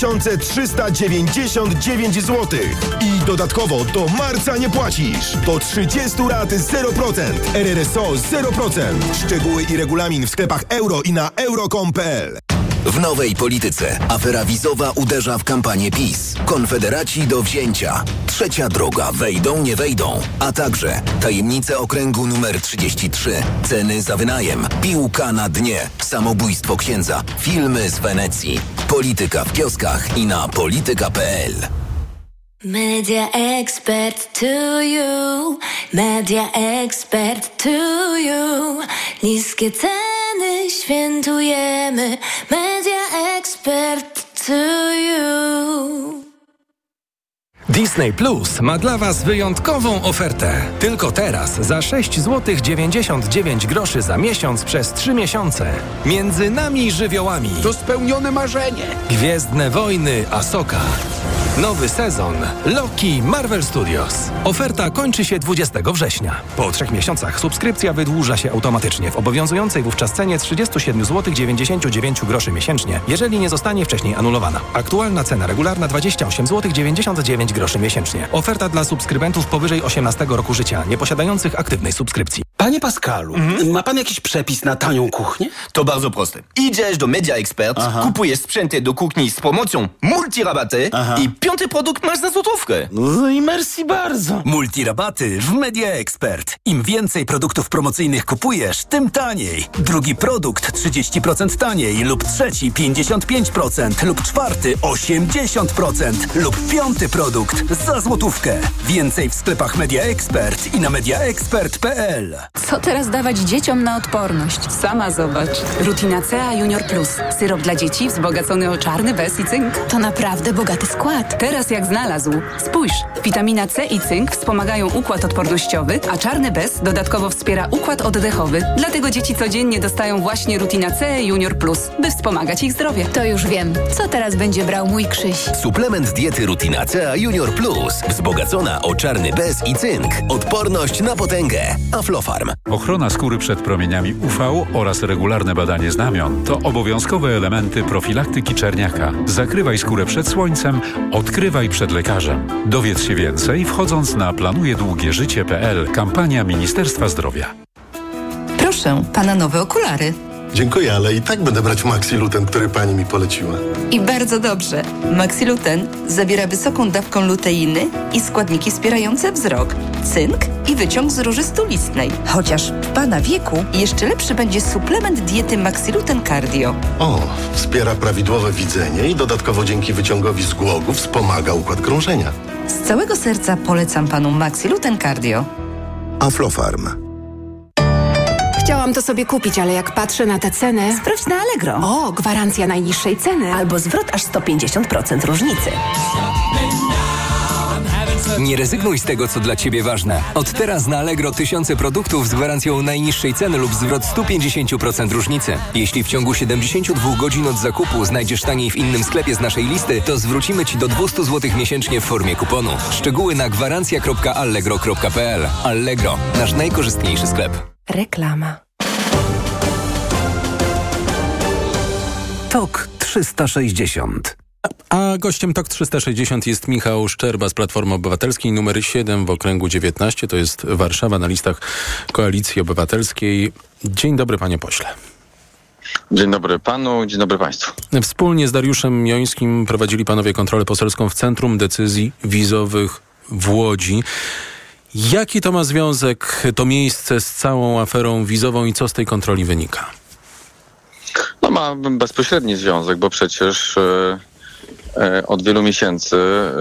3399 zł. I dodatkowo do marca nie płacisz. Do 30 rat 0%. RRSO 0%. Szczegóły i regulamin w sklepach Euro i na euro.com.pl. W nowej polityce afera wizowa uderza w kampanię PiS. Konfederaci do wzięcia. Trzecia droga. Wejdą, nie wejdą. A także tajemnice okręgu numer 33. Ceny za wynajem. Piłka na dnie. Samobójstwo księdza. Filmy z Wenecji. Polityka w kioskach i na polityka.pl. Media expert to you. Media expert to you. Niskie ceny świętujemy. Media expert to you. Disney Plus ma dla Was wyjątkową ofertę. Tylko teraz za 6 zł 99 groszy za miesiąc przez 3 miesiące. Między nami żywiołami. To spełnione marzenie. Gwiezdne Wojny Ahsoka. Nowy sezon Loki Marvel Studios. Oferta kończy się 20 września. Po 3 miesiącach subskrypcja wydłuża się automatycznie w obowiązującej wówczas cenie 37 zł 99 groszy miesięcznie, jeżeli nie zostanie wcześniej anulowana. Aktualna cena regularna 28 zł 99 groszy miesięcznie. Oferta dla subskrybentów powyżej 18 roku życia, nieposiadających aktywnej subskrypcji. Panie Pascalu, ma pan jakiś przepis na tanią kuchnię? To bardzo proste. Idziesz do Media Expert, kupujesz sprzęty do kuchni z pomocą multirabaty i 5. produkt masz za złotówkę. No i merci bardzo. Multirabaty w Media Expert. Im więcej produktów promocyjnych kupujesz, tym taniej. Drugi produkt 30% taniej lub trzeci 55% lub czwarty 80% lub 5. produkt za złotówkę. Więcej w sklepach Media Expert i na mediaexpert.pl. Co teraz dawać dzieciom na odporność? Sama zobacz. Rutinacea Junior Plus. Syrop dla dzieci wzbogacony o czarny bez i cynk. To naprawdę bogaty skład. Teraz jak znalazł. Spójrz, witamina C i cynk wspomagają układ odpornościowy, a czarny bez dodatkowo wspiera układ oddechowy. Dlatego dzieci codziennie dostają właśnie Rutinacea Junior Plus, by wspomagać ich zdrowie. To już wiem. Co teraz będzie brał mój Krzyś? Suplement diety Rutinacea Junior Plus. Wzbogacona o czarny bez i cynk. Odporność na potęgę. Aflofarm. Ochrona skóry przed promieniami UV oraz regularne badanie znamion to obowiązkowe elementy profilaktyki czerniaka. Zakrywaj skórę przed słońcem, odkrywaj przed lekarzem. Dowiedz się więcej wchodząc na planujedługieżycie.pl. Kampania Ministerstwa Zdrowia. Proszę, pana nowe okulary. Dziękuję, ale i tak będę brać Maxiluten, który pani mi poleciła. I bardzo dobrze. Maxiluten zawiera wysoką dawką luteiny i składniki wspierające wzrok, cynk i wyciąg z róży stulistnej. Chociaż w pana wieku jeszcze lepszy będzie suplement diety Maxiluten Cardio. O, wspiera prawidłowe widzenie i dodatkowo dzięki wyciągowi z głogu wspomaga układ krążenia. Z całego serca polecam panu Maxiluten Cardio. Aflofarm. Chciałam to sobie kupić, ale jak patrzę na tę cenę... Sprawdź na Allegro. O, gwarancja najniższej ceny. Albo zwrot aż 150% różnicy. Nie rezygnuj z tego, co dla Ciebie ważne. Od teraz na Allegro tysiące produktów z gwarancją najniższej ceny lub zwrot 150% różnicy. Jeśli w ciągu 72 godzin od zakupu znajdziesz taniej w innym sklepie z naszej listy, to zwrócimy Ci do 200 zł miesięcznie w formie kuponu. Szczegóły na gwarancja.allegro.pl. Allegro, nasz najkorzystniejszy sklep. Reklama. TOK 360. A gościem TOK 360 jest Michał Szczerba z Platformy Obywatelskiej, numer 7 w okręgu 19. To jest Warszawa na listach Koalicji Obywatelskiej. Dzień dobry, panie pośle. Dzień dobry panu, dzień dobry państwu. Wspólnie z Dariuszem Jońskim prowadzili panowie kontrolę poselską w Centrum Decyzji Wizowych w Łodzi. Jaki to ma związek, to miejsce, z całą aferą wizową i co z tej kontroli wynika? No ma bezpośredni związek, bo przecież od wielu miesięcy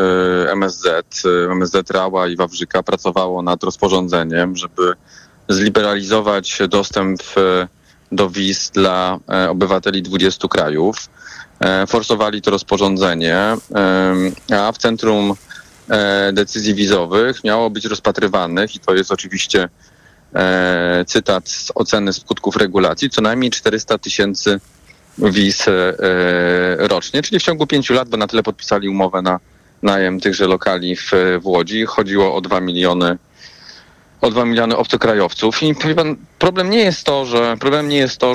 MSZ Rała i Wawrzyka pracowało nad rozporządzeniem, żeby zliberalizować dostęp do wiz dla obywateli 20 krajów. Forsowali to rozporządzenie, a w Centrum Decyzji Wizowych miało być rozpatrywanych, i to jest oczywiście cytat z oceny skutków regulacji, co najmniej 400 000 wiz rocznie, czyli w ciągu 5 lat, bo na tyle podpisali umowę na najem tychże lokali w Łodzi. Chodziło o 2 miliony obcokrajowców. I problem nie jest to,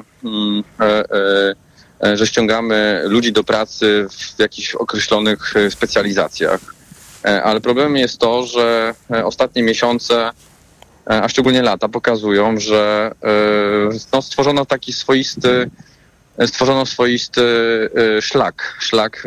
że ściągamy ludzi do pracy w jakichś określonych specjalizacjach, ale problemem jest to, że ostatnie miesiące, a szczególnie lata, pokazują, że stworzono swoisty szlak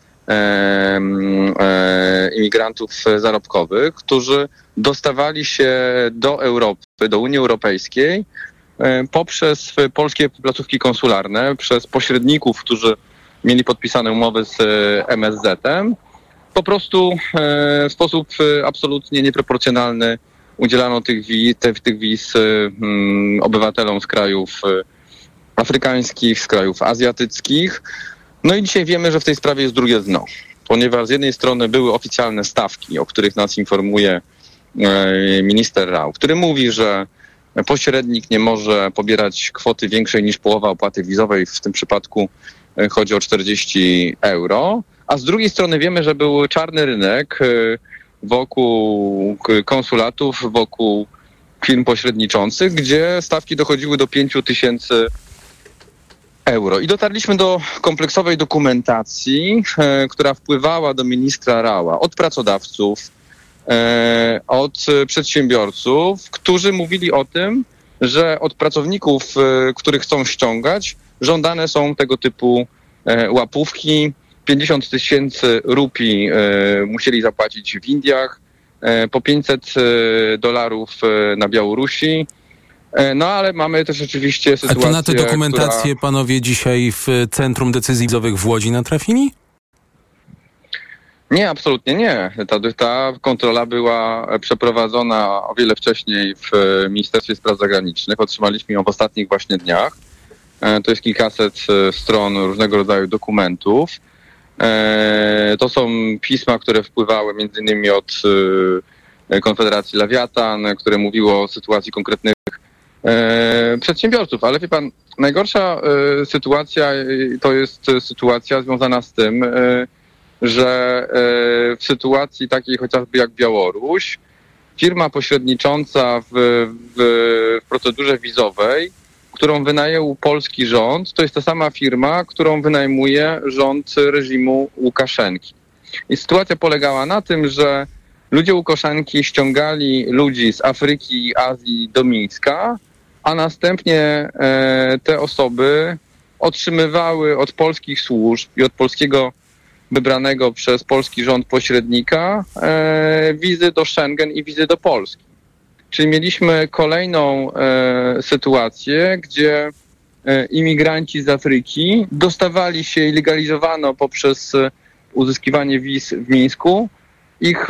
imigrantów zarobkowych, którzy dostawali się do Europy, do Unii Europejskiej poprzez polskie placówki konsularne, przez pośredników, którzy mieli podpisane umowy z MSZ-em. Po prostu w sposób absolutnie nieproporcjonalny udzielano tych wiz obywatelom z krajów afrykańskich, z krajów azjatyckich. No i dzisiaj wiemy, że w tej sprawie jest drugie dno, ponieważ z jednej strony były oficjalne stawki, o których nas informuje minister Rau, który mówi, że pośrednik nie może pobierać kwoty większej niż połowa opłaty wizowej, w tym przypadku chodzi o 40 euro, a z drugiej strony wiemy, że był czarny rynek wokół konsulatów, wokół firm pośredniczących, gdzie stawki dochodziły do 5 000 euro. I dotarliśmy do kompleksowej dokumentacji, która wpływała do ministra Raua od pracodawców, od przedsiębiorców, którzy mówili o tym, że od pracowników, których chcą ściągać, żądane są tego typu łapówki. 50 000 rupii musieli zapłacić w Indiach, po $500 na Białorusi. No ale mamy też oczywiście sytuację, a to na tę dokumentację panowie dzisiaj w Centrum Decyzji Wizowych w Łodzi natrafili? Nie, absolutnie nie. Ta kontrola była przeprowadzona o wiele wcześniej w Ministerstwie Spraw Zagranicznych. Otrzymaliśmy ją w ostatnich właśnie dniach. To jest kilkaset stron różnego rodzaju dokumentów. To są pisma, które wpływały m.in. od Konfederacji Lewiatan, które mówiło o sytuacji konkretnych przedsiębiorców. Ale wie pan, najgorsza sytuacja to jest sytuacja związana z tym, że w sytuacji takiej chociażby jak Białoruś, firma pośrednicząca w procedurze wizowej, którą wynajął polski rząd, to jest ta sama firma, którą wynajmuje rząd reżimu Łukaszenki. I sytuacja polegała na tym, że ludzie Łukaszenki ściągali ludzi z Afryki i Azji do Mińska, a następnie te osoby otrzymywały od polskich służb i od polskiego wybranego przez polski rząd pośrednika wizy do Schengen i wizy do Polski. Czyli mieliśmy kolejną sytuację, gdzie imigranci z Afryki dostawali się i legalizowano poprzez uzyskiwanie wiz w Mińsku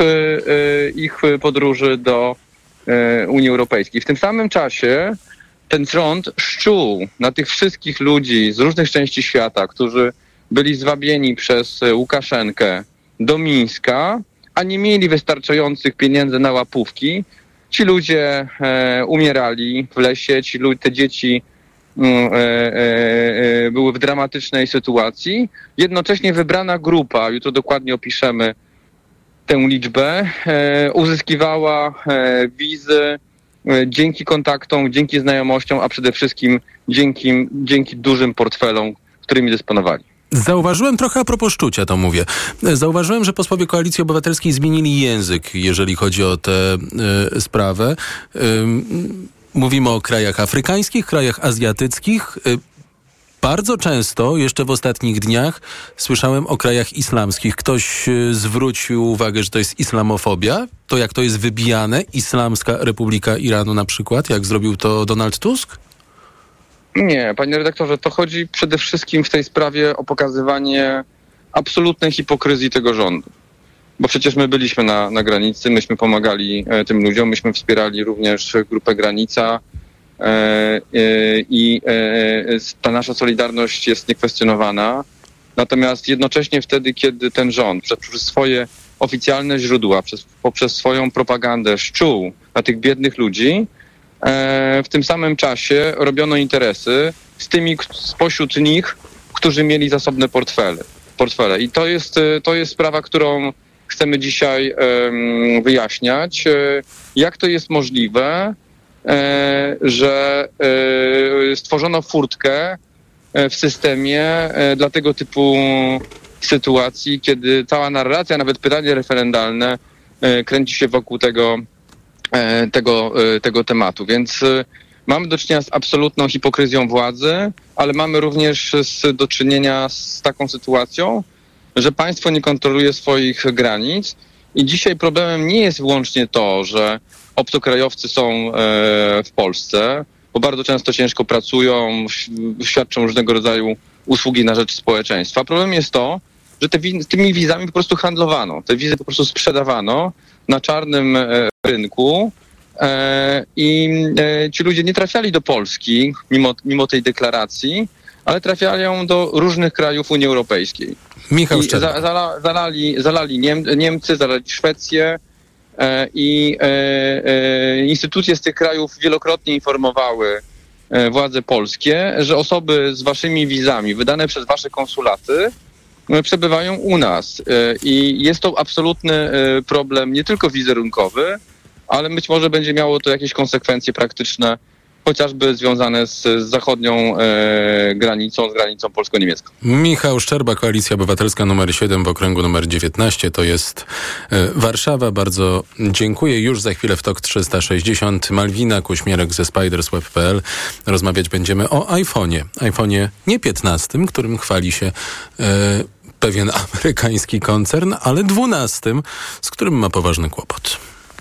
ich podróży do Unii Europejskiej. W tym samym czasie ten front szczuł na tych wszystkich ludzi z różnych części świata, którzy byli zwabieni przez Łukaszenkę do Mińska, a nie mieli wystarczających pieniędzy na łapówki. Ci ludzie umierali w lesie, te dzieci były w dramatycznej sytuacji. Jednocześnie wybrana grupa, jutro dokładnie opiszemy tę liczbę, uzyskiwała wizy dzięki kontaktom, dzięki znajomościom, a przede wszystkim dzięki dużym portfelom, którymi dysponowali. Zauważyłem trochę a propos szczucia, to mówię. Zauważyłem, że posłowie Koalicji Obywatelskiej zmienili język, jeżeli chodzi o tę sprawę. Mówimy o krajach afrykańskich, krajach azjatyckich. Bardzo często, jeszcze w ostatnich dniach, słyszałem o krajach islamskich. Ktoś zwrócił uwagę, że to jest islamofobia. To jak to jest wybijane, Islamska Republika Iranu na przykład, jak zrobił to Donald Tusk? Nie, panie redaktorze, to chodzi przede wszystkim w tej sprawie o pokazywanie absolutnej hipokryzji tego rządu. Bo przecież my byliśmy na granicy, myśmy pomagali tym ludziom, myśmy wspierali również Grupę Granica i ta nasza solidarność jest niekwestionowana. Natomiast jednocześnie wtedy, kiedy ten rząd przez swoje oficjalne źródła, poprzez swoją propagandę szczuł na tych biednych ludzi, w tym samym czasie robiono interesy z tymi spośród nich, którzy mieli zasobne portfele. I to jest sprawa, którą chcemy dzisiaj wyjaśniać. Jak to jest możliwe, że stworzono furtkę w systemie dla tego typu sytuacji, kiedy cała narracja, nawet pytanie referendalne kręci się wokół tego tematu. Więc mamy do czynienia z absolutną hipokryzją władzy, ale mamy również do czynienia z taką sytuacją, że państwo nie kontroluje swoich granic i dzisiaj problemem nie jest wyłącznie to, że obcokrajowcy są w Polsce, bo bardzo często ciężko pracują, świadczą różnego rodzaju usługi na rzecz społeczeństwa. Problem jest to, że tymi wizami po prostu handlowano, te wizy po prostu sprzedawano na czarnym rynku i ci ludzie nie trafiali do Polski mimo tej deklaracji, ale trafiają do różnych krajów Unii Europejskiej. Michał Szczerba. Zalali Niemcy, zalali Szwecję i instytucje z tych krajów wielokrotnie informowały władze polskie, że osoby z waszymi wizami wydane przez wasze konsulaty przebywają u nas. I jest to absolutny problem nie tylko wizerunkowy, ale być może będzie miało to jakieś konsekwencje praktyczne, chociażby związane z zachodnią granicą, z granicą polsko-niemiecką. Michał Szczerba, Koalicja Obywatelska numer 7 w okręgu numer 19, to jest Warszawa. Bardzo dziękuję. Już za chwilę w TOK 360 Malwina Kuśmierek ze spidersweb.pl. Rozmawiać będziemy o iPhone'ie nie 15, którym chwali się pewien amerykański koncern, ale 12, z którym ma poważny kłopot.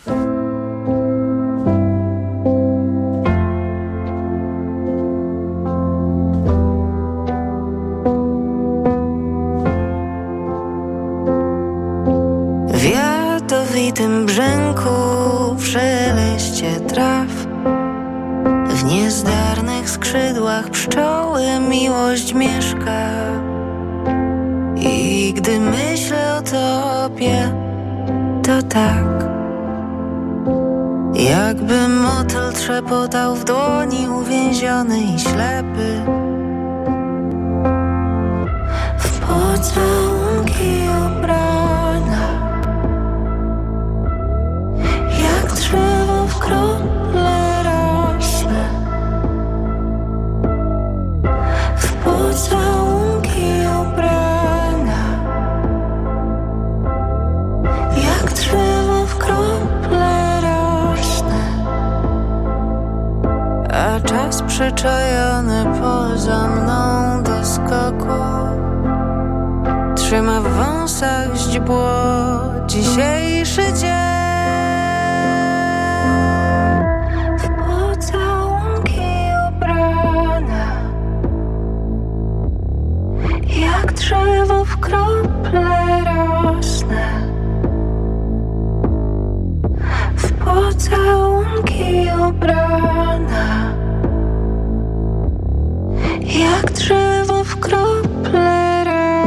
W jadowitym brzęku, w szeleście traw, w niezdarnych skrzydłach pszczoły miłość mieszka. I gdy myślę o tobie, to tak, jakby motyl trzepotał w dłoni uwięziony i ślepy. W pocałunki ubrana, jak drzewo w krople rośnie. W pocałunki ubrana, jak drzewo w krople rośnie. A czas przyczajony poza mną do skoku trzyma w wąsach źdźbło dzisiejszy dzień. W pocałunki ubrana, jak drzewo w krople rosnę. W pocałunki ubrana, Jak drzewo w krople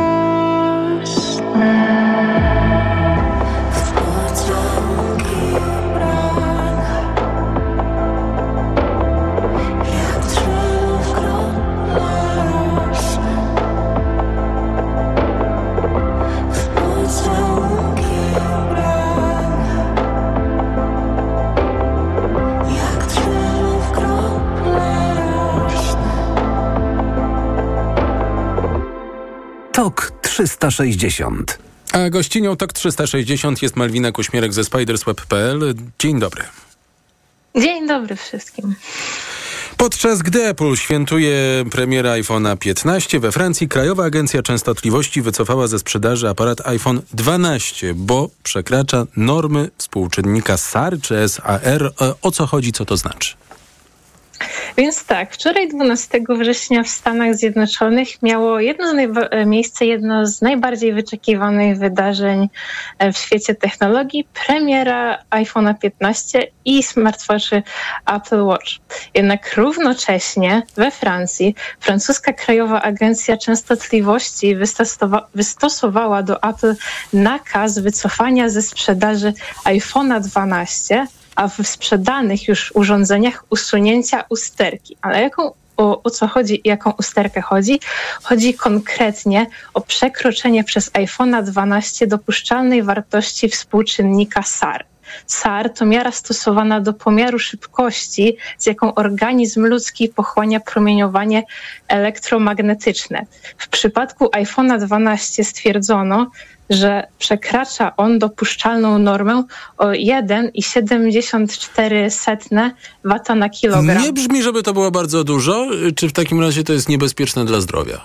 rosnę. W pocałunki brak. Jak drzewo w krople rosnę. W pocałunki brak. Jak drzewo w krople rosnę. TOK 360. A gościnią TOK 360 jest Malwina Kuśmierek ze spidersweb.pl. Dzień dobry. Dzień dobry wszystkim. Podczas gdy Apple świętuje premierę iPhone'a 15, we Francji Krajowa Agencja Częstotliwości wycofała ze sprzedaży aparat iPhone 12, bo przekracza normy współczynnika SAR czy SAR. O co chodzi, co to znaczy? Więc tak, wczoraj 12 września w Stanach Zjednoczonych miało miejsce jedno z najbardziej wyczekiwanych wydarzeń w świecie technologii, premiera iPhone'a 15 i smartwatchy Apple Watch. Jednak równocześnie we Francji francuska Krajowa Agencja Częstotliwości wystosowała do Apple nakaz wycofania ze sprzedaży iPhone'a 12, a w sprzedanych już urządzeniach usunięcia usterki. Ale o co chodzi i jaką usterkę chodzi? Chodzi konkretnie o przekroczenie przez iPhone'a 12 dopuszczalnej wartości współczynnika SAR. SAR to miara stosowana do pomiaru szybkości, z jaką organizm ludzki pochłania promieniowanie elektromagnetyczne. W przypadku iPhone'a 12 stwierdzono, że przekracza on dopuszczalną normę o 1,74 W na kilogram. Nie brzmi, żeby to było bardzo dużo. Czy w takim razie to jest niebezpieczne dla zdrowia?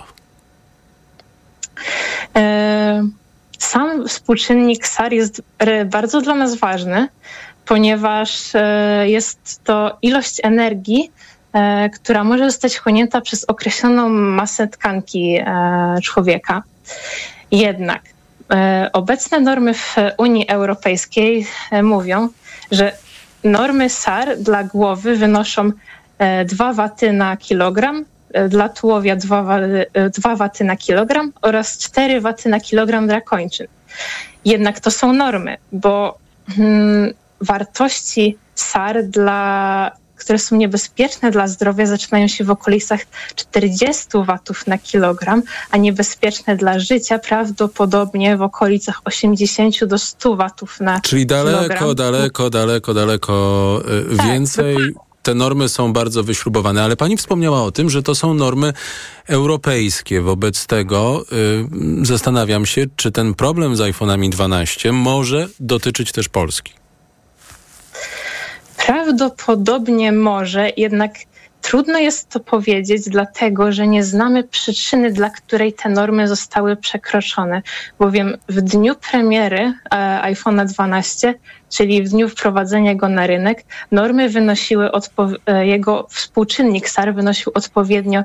Sam współczynnik SAR jest bardzo dla nas ważny, ponieważ jest to ilość energii, która może zostać chłonięta przez określoną masę tkanki człowieka. Jednak obecne normy w Unii Europejskiej mówią, że normy SAR dla głowy wynoszą 2 waty na kilogram, dla tułowia 2 waty na kilogram oraz 4 waty na kilogram dla kończyn. Jednak to są normy, bo wartości SAR, które są niebezpieczne dla zdrowia, zaczynają się w okolicach 40 watów na kilogram, a niebezpieczne dla życia prawdopodobnie w okolicach 80 do 100 watów na Czyli kilogram. daleko więcej. Te normy są bardzo wyśrubowane, ale pani wspomniała o tym, że to są normy europejskie. Wobec tego zastanawiam się, czy ten problem z iPhone'ami 12 może dotyczyć też Polski. Prawdopodobnie może, jednak trudno jest to powiedzieć, dlatego że nie znamy przyczyny, dla której te normy zostały przekroczone. Bowiem w dniu premiery iPhone'a 12, czyli w dniu wprowadzenia go na rynek, normy wynosiły, jego współczynnik SAR wynosił odpowiednio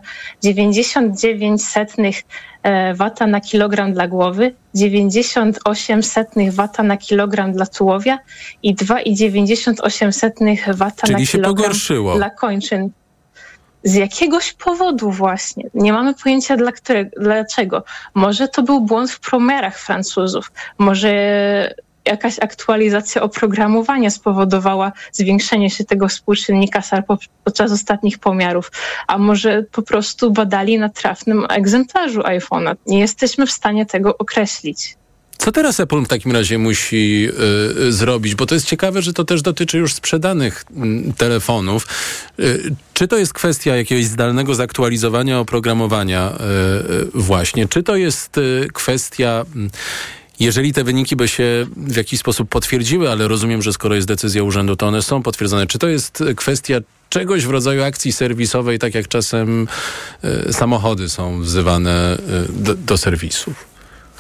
99 wata na kilogram dla głowy, 98 wata na kilogram dla tułowia i 2,98 wata na kilogram dla kończyn. Z jakiegoś powodu właśnie. Nie mamy pojęcia dlaczego. Może to był błąd w pomiarach Francuzów. Może jakaś aktualizacja oprogramowania spowodowała zwiększenie się tego współczynnika SAR podczas ostatnich pomiarów. A może po prostu badali na trafnym egzemplarzu iPhone'a. Nie jesteśmy w stanie tego określić. Co teraz Apple w takim razie musi zrobić? Bo to jest ciekawe, że to też dotyczy już sprzedanych telefonów. Czy to jest kwestia jakiegoś zdalnego zaktualizowania oprogramowania właśnie? Czy to jest kwestia... Jeżeli te wyniki by się w jakiś sposób potwierdziły, ale rozumiem, że skoro jest decyzja urzędu, to one są potwierdzone. Czy to jest kwestia czegoś w rodzaju akcji serwisowej, tak jak czasem samochody są wzywane do serwisów?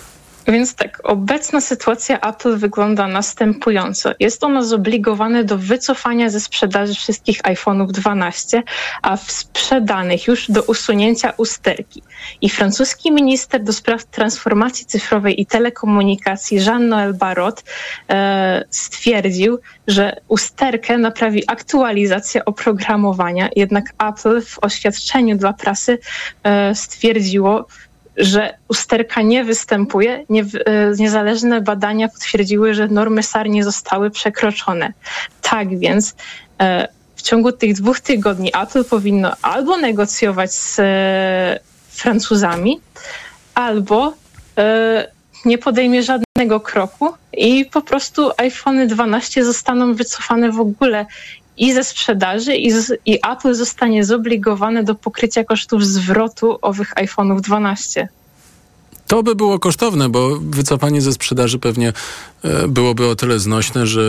Więc tak, obecna sytuacja Apple wygląda następująco. Jest ono zobligowane do wycofania ze sprzedaży wszystkich iPhone'ów 12, a w sprzedanych już do usunięcia usterki. I francuski minister do spraw transformacji cyfrowej i telekomunikacji Jean-Noël Barrot stwierdził, że usterkę naprawi aktualizacja oprogramowania. Jednak Apple w oświadczeniu dla prasy stwierdziło, że usterka nie występuje. Niezależne badania potwierdziły, że normy SAR nie zostały przekroczone. Tak więc w ciągu tych 2 tygodni Apple powinno albo negocjować z Francuzami, albo nie podejmie żadnego kroku i po prostu iPhone 12 zostaną wycofane w ogóle i ze sprzedaży i Apple zostanie zobligowane do pokrycia kosztów zwrotu owych iPhone'ów 12. To by było kosztowne, bo wycofanie ze sprzedaży pewnie byłoby o tyle znośne, że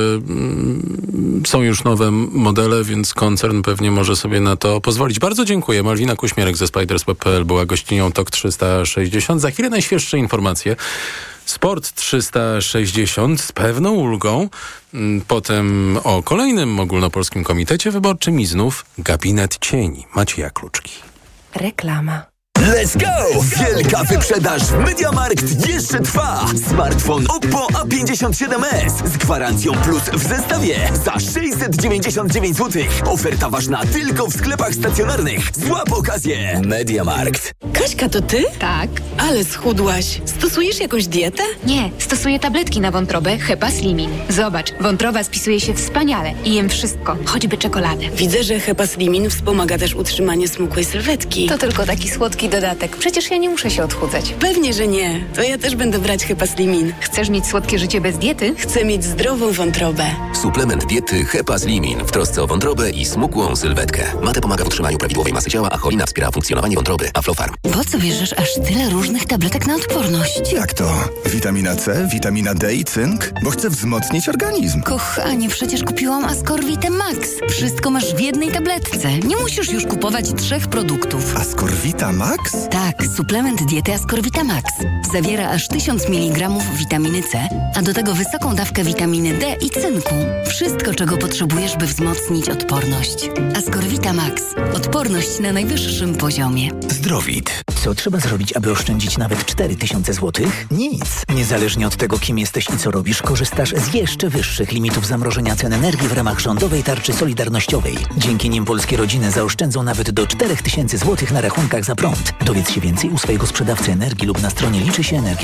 są już nowe modele, więc koncern pewnie może sobie na to pozwolić. Bardzo dziękuję. Malwina Kuśmierek ze SpidersWeb.pl była gościnią TOK 360. Za chwilę najświeższe informacje. Sport 360 z pewną ulgą. Potem o kolejnym ogólnopolskim komitecie wyborczym i znów gabinet cieni. Macieja Kluczki. Reklama. Let's go! Wielka wyprzedaż w MediaMarkt jeszcze trwa! Smartfon Oppo A57s z gwarancją plus w zestawie za 699 zł. Oferta ważna tylko w sklepach stacjonarnych. Złap okazję! MediaMarkt. Kaśka, to ty? Tak. Ale schudłaś. Stosujesz jakąś dietę? Nie, stosuję tabletki na wątrobę Hepa Slimin. Zobacz, wątroba spisuje się wspaniale i jem wszystko, choćby czekoladę. Widzę, że Hepa Slimin wspomaga też utrzymanie smukłej sylwetki. To tylko taki słodki dodatek. Przecież ja nie muszę się odchudzać. Pewnie, że nie. To ja też będę brać Hepa Slimin. Chcesz mieć słodkie życie bez diety? Chcę mieć zdrową wątrobę. Suplement diety Hepa Slimin w trosce o wątrobę i smukłą sylwetkę. Mate pomaga w utrzymaniu prawidłowej masy ciała, a cholina wspiera funkcjonowanie wątroby. Aflofarm. Po co bierzesz aż tyle różnych tabletek na odporność? Jak to? Witamina C, witamina D i cynk? Bo chcę wzmocnić organizm. Kochanie, przecież kupiłam Ascorvite Max. Wszystko masz w jednej tabletce. Nie musisz już kupować 3 produktów. Ascorvita Max? Tak, suplement diety Ascorvita Max. Zawiera aż 1000 mg witaminy C, a do tego wysoką dawkę witaminy D i cynku. Wszystko, czego potrzebujesz, by wzmocnić odporność. Ascorvita Max. Odporność na najwyższym poziomie. Zdrowit. Co trzeba zrobić, aby oszczędzić nawet 4000 zł? Nic. Niezależnie od tego, kim jesteś i co robisz, korzystasz z jeszcze wyższych limitów zamrożenia cen energii w ramach rządowej tarczy solidarnościowej. Dzięki nim polskie rodziny zaoszczędzą nawet do 4000 zł na rachunkach za prąd. Dowiedz się więcej u swojego sprzedawcy energii lub na stronie liczy się energia.